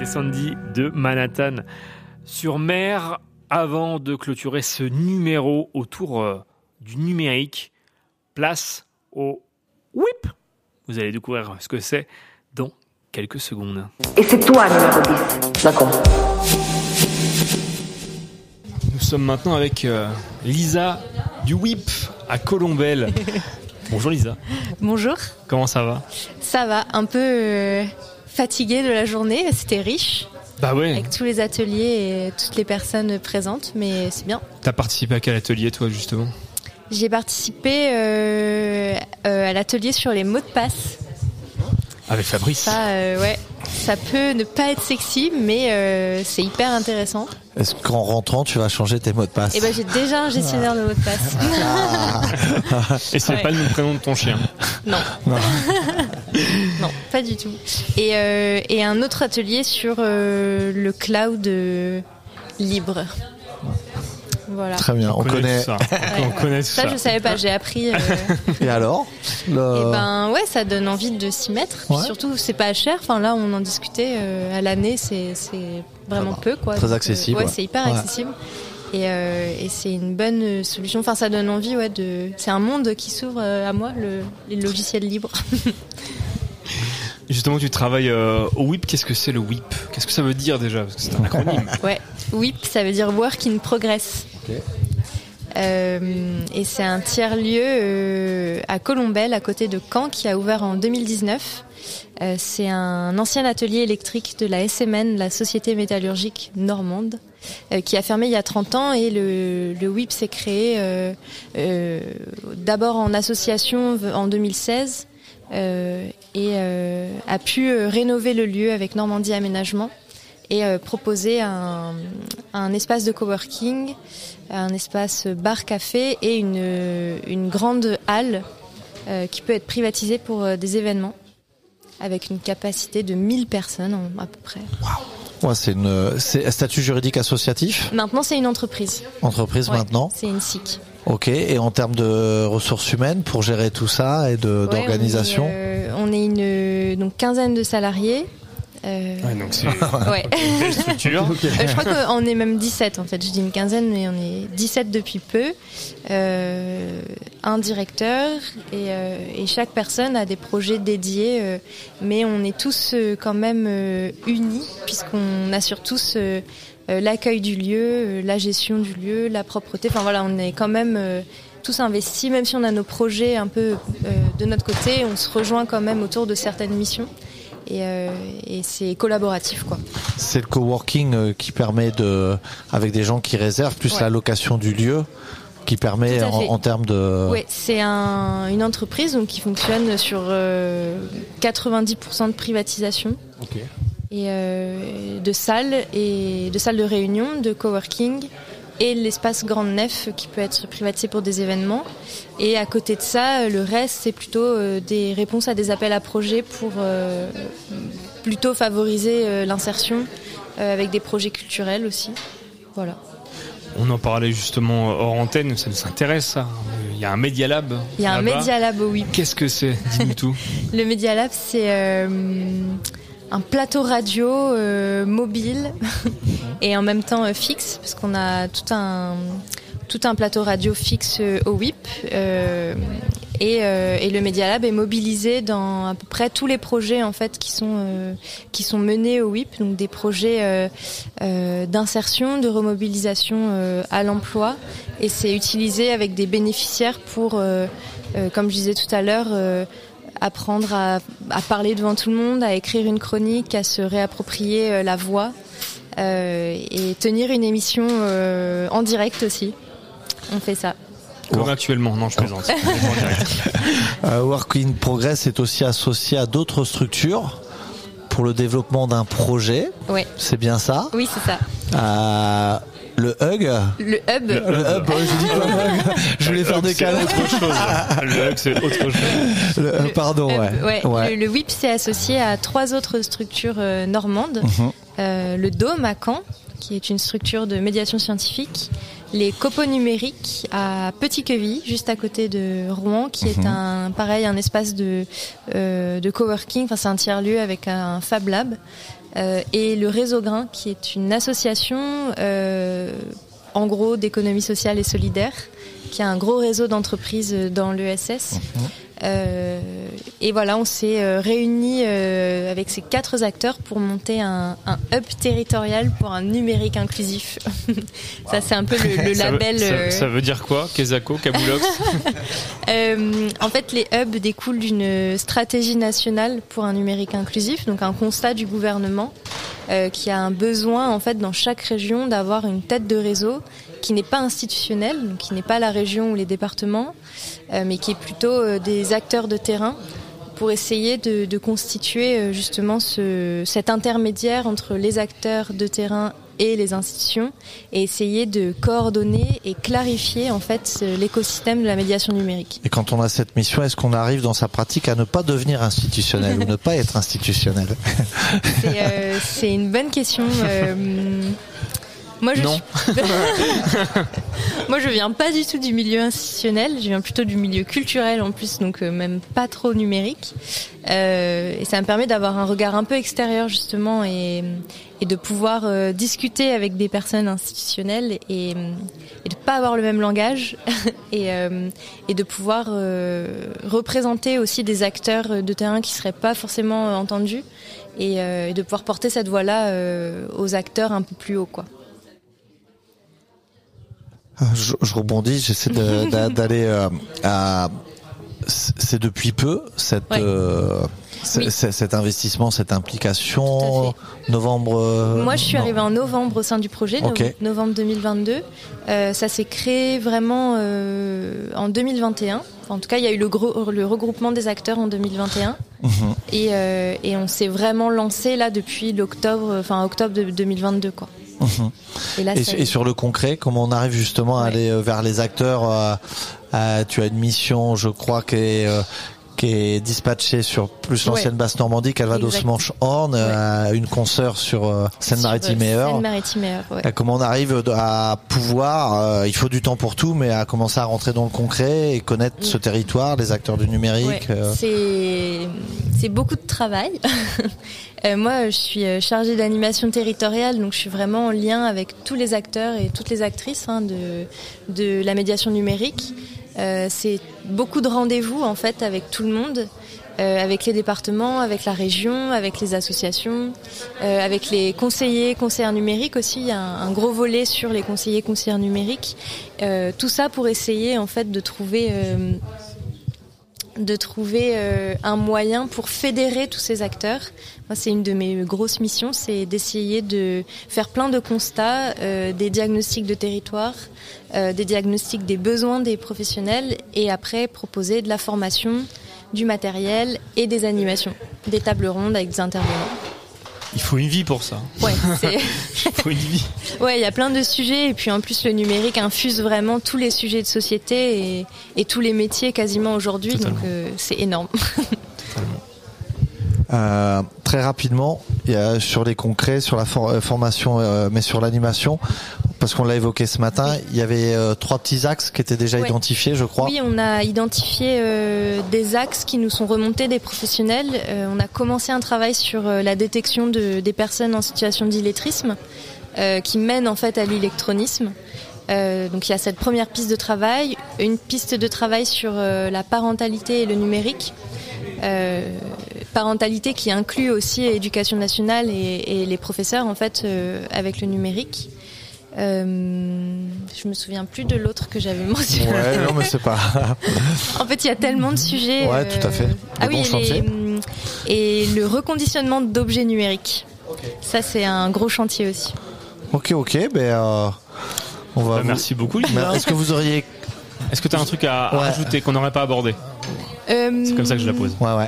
C'était Sandy de Manhattan sur mer. Avant de clôturer ce numéro autour euh, du numérique, place au whip. Vous allez découvrir ce que c'est dans quelques secondes. Et c'est toi, numéro dix. D'accord. Nous sommes maintenant avec euh, Lisa du whip à Colombelles. Bonjour Lisa. Bonjour. Comment ça va ? Ça va, un peu euh, fatiguée de la journée, c'était riche. Bah ouais. Avec tous les ateliers et toutes les personnes présentes, mais c'est bien. T'as participé à quel atelier toi justement ? J'ai participé euh, euh, à l'atelier sur les mots de passe. Avec Fabrice. Ça, euh, ouais, ça peut ne pas être sexy, mais euh, c'est hyper intéressant. Est-ce qu'en rentrant, tu vas changer tes mots de passe ? Et ben, j'ai déjà un gestionnaire de mots de passe. Ah. Et c'est ouais. Pas le nom prénom de ton chien ? Non. Non. Non, pas du tout. Et, euh, et un autre atelier sur euh, le cloud euh, libre. Voilà. Très bien, on, on connaît. connaît ça. Ouais. On connaît ça. Ça, je savais pas, j'ai appris. Euh... Et alors le... Et ben ouais, ça donne envie de s'y mettre. Ouais. Surtout, c'est pas cher. Enfin là, on en discutait euh, à l'année, c'est c'est vraiment peu quoi. Très Donc, accessible. Euh, ouais, ouais, c'est hyper ouais. accessible. Et, euh, et c'est une bonne solution. Enfin, ça donne envie, ouais. De. C'est un monde qui s'ouvre à moi, le les logiciels libres. Justement, tu travailles euh, au whip. Qu'est-ce que c'est le whip ? Qu'est-ce que ça veut dire déjà ? Parce que c'est un acronyme. Ouais, whip, ça veut dire Work in Progress. Okay. Euh, et c'est un tiers-lieu euh, à Colombelles, à côté de Caen, qui a ouvert en deux mille dix-neuf. Euh, c'est un ancien atelier électrique de la S M N, la Société métallurgique normande, euh, qui a fermé il y a trente ans. Et le, le whip s'est créé euh, euh, d'abord en association en deux mille seize. Euh, et euh, a pu euh, rénover le lieu avec Normandie Aménagement et euh, proposer un, un espace de coworking, un espace bar-café et une, une grande halle euh, qui peut être privatisée pour euh, des événements avec une capacité de mille personnes à peu près. Waouh. Ouais, c'est une c'est un statut juridique associatif. Maintenant, c'est une entreprise. Entreprise ouais, maintenant. C'est une S I C. Ok, et en termes de ressources humaines pour gérer tout ça et de, ouais, d'organisation on est, euh, on est une donc quinzaine de salariés. Euh... Ouais, donc c'est ouais. une belle structure. euh, je crois qu'on est même dix-sept en fait. Je dis une quinzaine, mais on est dix-sept depuis peu. Euh, un directeur et, euh, et chaque personne a des projets dédiés, euh, mais on est tous euh, quand même euh, unis puisqu'on assure tous euh, euh, l'accueil du lieu, euh, la gestion du lieu, la propreté. Enfin voilà, on est quand même euh, tous investis, même si on a nos projets un peu euh, de notre côté, on se rejoint quand même autour de certaines missions. Et, euh, et c'est collaboratif quoi. C'est le coworking euh, qui permet de, avec des gens qui réservent, plus ouais. la location du lieu, qui permet en, en termes de. Oui, c'est un, une entreprise donc qui fonctionne sur euh, quatre-vingt-dix pour cent de privatisation. Okay. Et euh, de salles et de salles de réunion, de coworking. Et l'espace Grande Nef qui peut être privatisé pour des événements. Et à côté de ça, le reste, c'est plutôt euh, des réponses à des appels à projets pour euh, plutôt favoriser euh, l'insertion euh, avec des projets culturels aussi. Voilà. On en parlait justement hors antenne, ça nous intéresse ça. Il y a un Media Lab. Il y a un Media Lab, oui. Qu'est-ce que c'est ? Dis-nous tout. Le Media Lab, c'est euh, un plateau radio euh, mobile et en même temps euh, fixe, parce qu'on a tout un tout un plateau radio fixe euh, au whip euh, et, euh, et le Media Lab est mobilisé dans à peu près tous les projets en fait qui sont euh, qui sont menés au whip, donc des projets euh, euh, d'insertion, de remobilisation euh, à l'emploi, et c'est utilisé avec des bénéficiaires pour euh, euh, comme je disais tout à l'heure euh, apprendre à, à parler devant tout le monde, à écrire une chronique, à se réapproprier euh, la voix euh, et tenir une émission euh, en direct aussi. On fait ça. Comme actuellement, non je plaisante. euh, Work in Progress est aussi associé à d'autres structures pour le développement d'un projet. Ouais. C'est bien ça ? Oui, c'est ça. Euh, le Hug. Le Hub. Le, le Hub, ouais, je dis pas Hug. Je voulais faire des câlins. Autre chose. Le Hug, c'est autre chose. Le, le pardon, Hub, ouais. ouais. ouais. Le, le W I P s'est associé à trois autres structures euh, normandes. Mm-hmm. Euh, le Dôme à Caen, qui est une structure de médiation scientifique. Les Copeaux numériques à Petit-Queville, juste à côté de Rouen, qui mm-hmm. est un pareil un espace de euh, de coworking. Enfin, c'est un tiers lieu avec un Fab Lab. euh, et le Réseau Grain, qui est une association, euh, en gros, d'économie sociale et solidaire, qui a un gros réseau d'entreprises dans l'E S S. Mmh. Euh, et voilà, on s'est euh, réunis euh, avec ces quatre acteurs pour monter un, un hub territorial pour un numérique inclusif. Ça, c'est un peu le, le ça label. Veut, ça, euh... ça veut dire quoi, Kesako, Kaboulox? euh, En fait, les hubs découlent d'une stratégie nationale pour un numérique inclusif, donc un constat du gouvernement euh, qui a un besoin, en fait, dans chaque région d'avoir une tête de réseau qui n'est pas institutionnelle, donc qui n'est pas la région ou les départements, euh, mais qui est plutôt euh, des acteurs de terrain pour essayer de, de constituer euh, justement ce, cet intermédiaire entre les acteurs de terrain et les institutions et essayer de coordonner et clarifier en fait l'écosystème de la médiation numérique. Et quand on a cette mission, est-ce qu'on arrive dans sa pratique à ne pas devenir institutionnel ou ne pas être institutionnel? C'est, euh, c'est une bonne question. Euh, Moi je, non. Suis... Moi je viens pas du tout du milieu institutionnel, je viens plutôt du milieu culturel en plus, donc euh, même pas trop numérique. Euh, et ça me permet d'avoir un regard un peu extérieur justement et, et de pouvoir euh, discuter avec des personnes institutionnelles et, et de pas avoir le même langage et, euh, et de pouvoir euh, représenter aussi des acteurs de terrain qui seraient pas forcément entendus et, euh, et de pouvoir porter cette voix-là euh, aux acteurs un peu plus haut, quoi. Je, je rebondis, j'essaie de, de, d'aller euh, à... C'est depuis peu cette, ouais. euh, oui. cet investissement, cette implication. Novembre. Euh, Moi, je suis non. arrivée en novembre au sein du projet, okay. novembre deux mille vingt-deux. Euh, ça s'est créé vraiment euh, en deux mille vingt et un. Enfin, en tout cas, il y a eu le, gros, le regroupement des acteurs en deux mille vingt et un. Mmh. Et, euh, et on s'est vraiment lancé là depuis l'octobre, enfin octobre de deux mille vingt-deux, quoi. Mmh. Et, là, et, et sur le concret, comment on arrive justement à ouais. aller vers les acteurs euh, euh, tu as une mission, je crois, qui est, euh, qui est dispatchée sur plus l'ancienne ouais. Basse-Normandie, Calvados-Manche-Orne, ouais. euh, une consoeur sur euh, Seine-Maritime-et-Eure. Seine-Maritime-et-Eure, ouais. euh, comment on arrive à pouvoir, euh, il faut du temps pour tout, mais à commencer à rentrer dans le concret et connaître mmh. ce territoire, les acteurs du numérique. Ouais. Euh... C'est, c'est beaucoup de travail. Euh, moi, je suis chargée d'animation territoriale, donc je suis vraiment en lien avec tous les acteurs et toutes les actrices hein, de, de la médiation numérique. Euh, c'est beaucoup de rendez-vous en fait avec tout le monde, euh, avec les départements, avec la région, avec les associations, euh, avec les conseillers, conseillères numériques aussi. Il y a un, un gros volet sur les conseillers, conseillères numériques. Euh, tout ça pour essayer en fait de trouver... Euh, de trouver euh, un moyen pour fédérer tous ces acteurs. Moi, c'est une de mes grosses missions, c'est d'essayer de faire plein de constats, euh, des diagnostics de territoire, euh, des diagnostics des besoins des professionnels et après proposer de la formation, du matériel et des animations, des tables rondes avec des intervenants. Il faut une vie pour ça. Ouais, c'est... Il faut une vie. Ouais, il y a plein de sujets et puis en plus le numérique infuse vraiment tous les sujets de société et, et tous les métiers quasiment aujourd'hui. Totalement. Donc euh, c'est énorme. Totalement. Euh, très rapidement, il y a sur les concrets, sur la for- formation, euh, mais sur l'animation, parce qu'on l'a évoqué ce matin, oui. il y avait euh, trois petits axes qui étaient déjà ouais. identifiés, je crois. Oui, on a identifié euh, des axes qui nous sont remontés des professionnels. Euh, on a commencé un travail sur euh, la détection de, des personnes en situation d'illettrisme, euh, qui mène en fait à l'électronisme. Euh, donc il y a cette première piste de travail, une piste de travail sur euh, la parentalité et le numérique. Euh, parentalité qui inclut aussi éducation nationale et, et les professeurs en fait euh, avec le numérique. Euh, je me souviens plus de l'autre que j'avais mentionné. Ouais, non mais c'est pas. En fait, il y a tellement de sujets. Ouais, tout à fait. Euh... Ah oui, et, les... et le reconditionnement d'objets numériques. Okay. Ça, c'est un gros chantier aussi. Ok, ok, ben euh, on va. Bah, vous... Merci beaucoup. Lisa. Est-ce que vous auriez Est-ce que tu as un truc à, ouais. à rajouter qu'on n'aurait pas abordé? euh... C'est comme ça que je la pose. Ouais, ouais.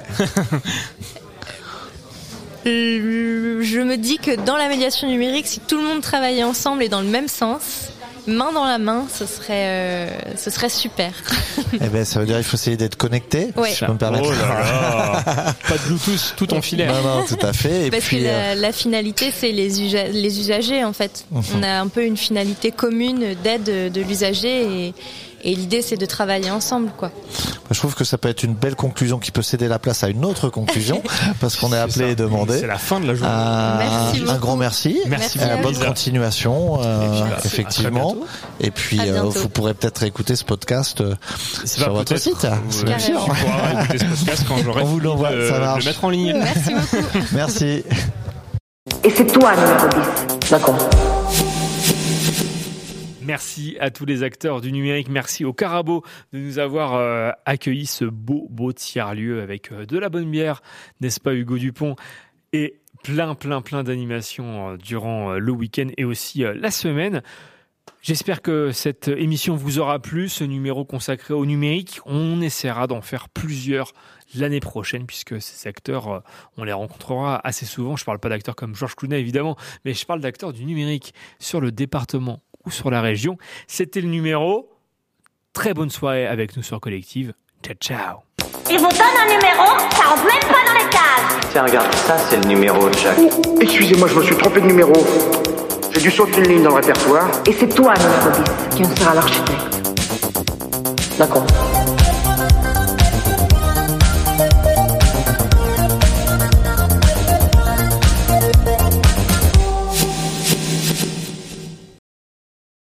Je me dis que dans la médiation numérique, si tout le monde travaillait ensemble et dans le même sens, main dans la main, ce serait, euh, ce serait super. Eh ben, ça veut dire qu'il faut essayer d'être connecté. Ouais. Si je peux me permettre. Oh là là. Pas de Bluetooth, tout en filaire. Non, non, tout à fait. Et Parce puis, que la, euh... la finalité, c'est les, usa- les usagers, en fait. Mmh. On a un peu une finalité commune d'aide de l'usager et, et l'idée c'est de travailler ensemble, quoi. Je trouve que ça peut être une belle conclusion qui peut céder la place à une autre conclusion parce qu'on est appelé et demandé. C'est la fin de la journée. Euh, Merci un beaucoup. grand merci. Merci Euh, beaucoup. bonne continuation, euh, Et puis, bah, effectivement. à très bientôt. Et puis, À euh, bientôt. vous pourrez peut-être écouter ce podcast euh, C'est sur pas votre peut-être, site. vous- C'est euh, bien sûr. Tu pourras écouter ce podcast quand j'aurai On vous fini l'envoie, de, ça de marche. le mettre en ligne. Merci beaucoup. Merci. Et c'est toi numéro dix. D'accord. Merci à tous les acteurs du numérique. Merci au Carabo de nous avoir euh, accueilli ce beau, beau tiers-lieu avec euh, de la bonne bière, n'est-ce pas Hugo Dupont, et plein, plein, plein d'animations euh, durant euh, le week-end et aussi euh, la semaine. J'espère que cette émission vous aura plu, ce numéro consacré au numérique. On essaiera d'en faire plusieurs l'année prochaine, puisque ces acteurs, euh, on les rencontrera assez souvent. Je ne parle pas d'acteurs comme Georges Clooney, évidemment, mais je parle d'acteurs du numérique sur le département ou sur la région. C'était le numéro. Très bonne soirée avec nous sur Collective. Ciao, ciao. Il vous donne un numéro, ça rentre même pas dans les cases. Tiens, regarde, ça c'est le numéro de Jacques. Oh, excusez-moi, je me suis trompé de numéro. J'ai dû sauter une ligne dans le répertoire. Et c'est toi numéro dix qui en sera l'architecte. D'accord.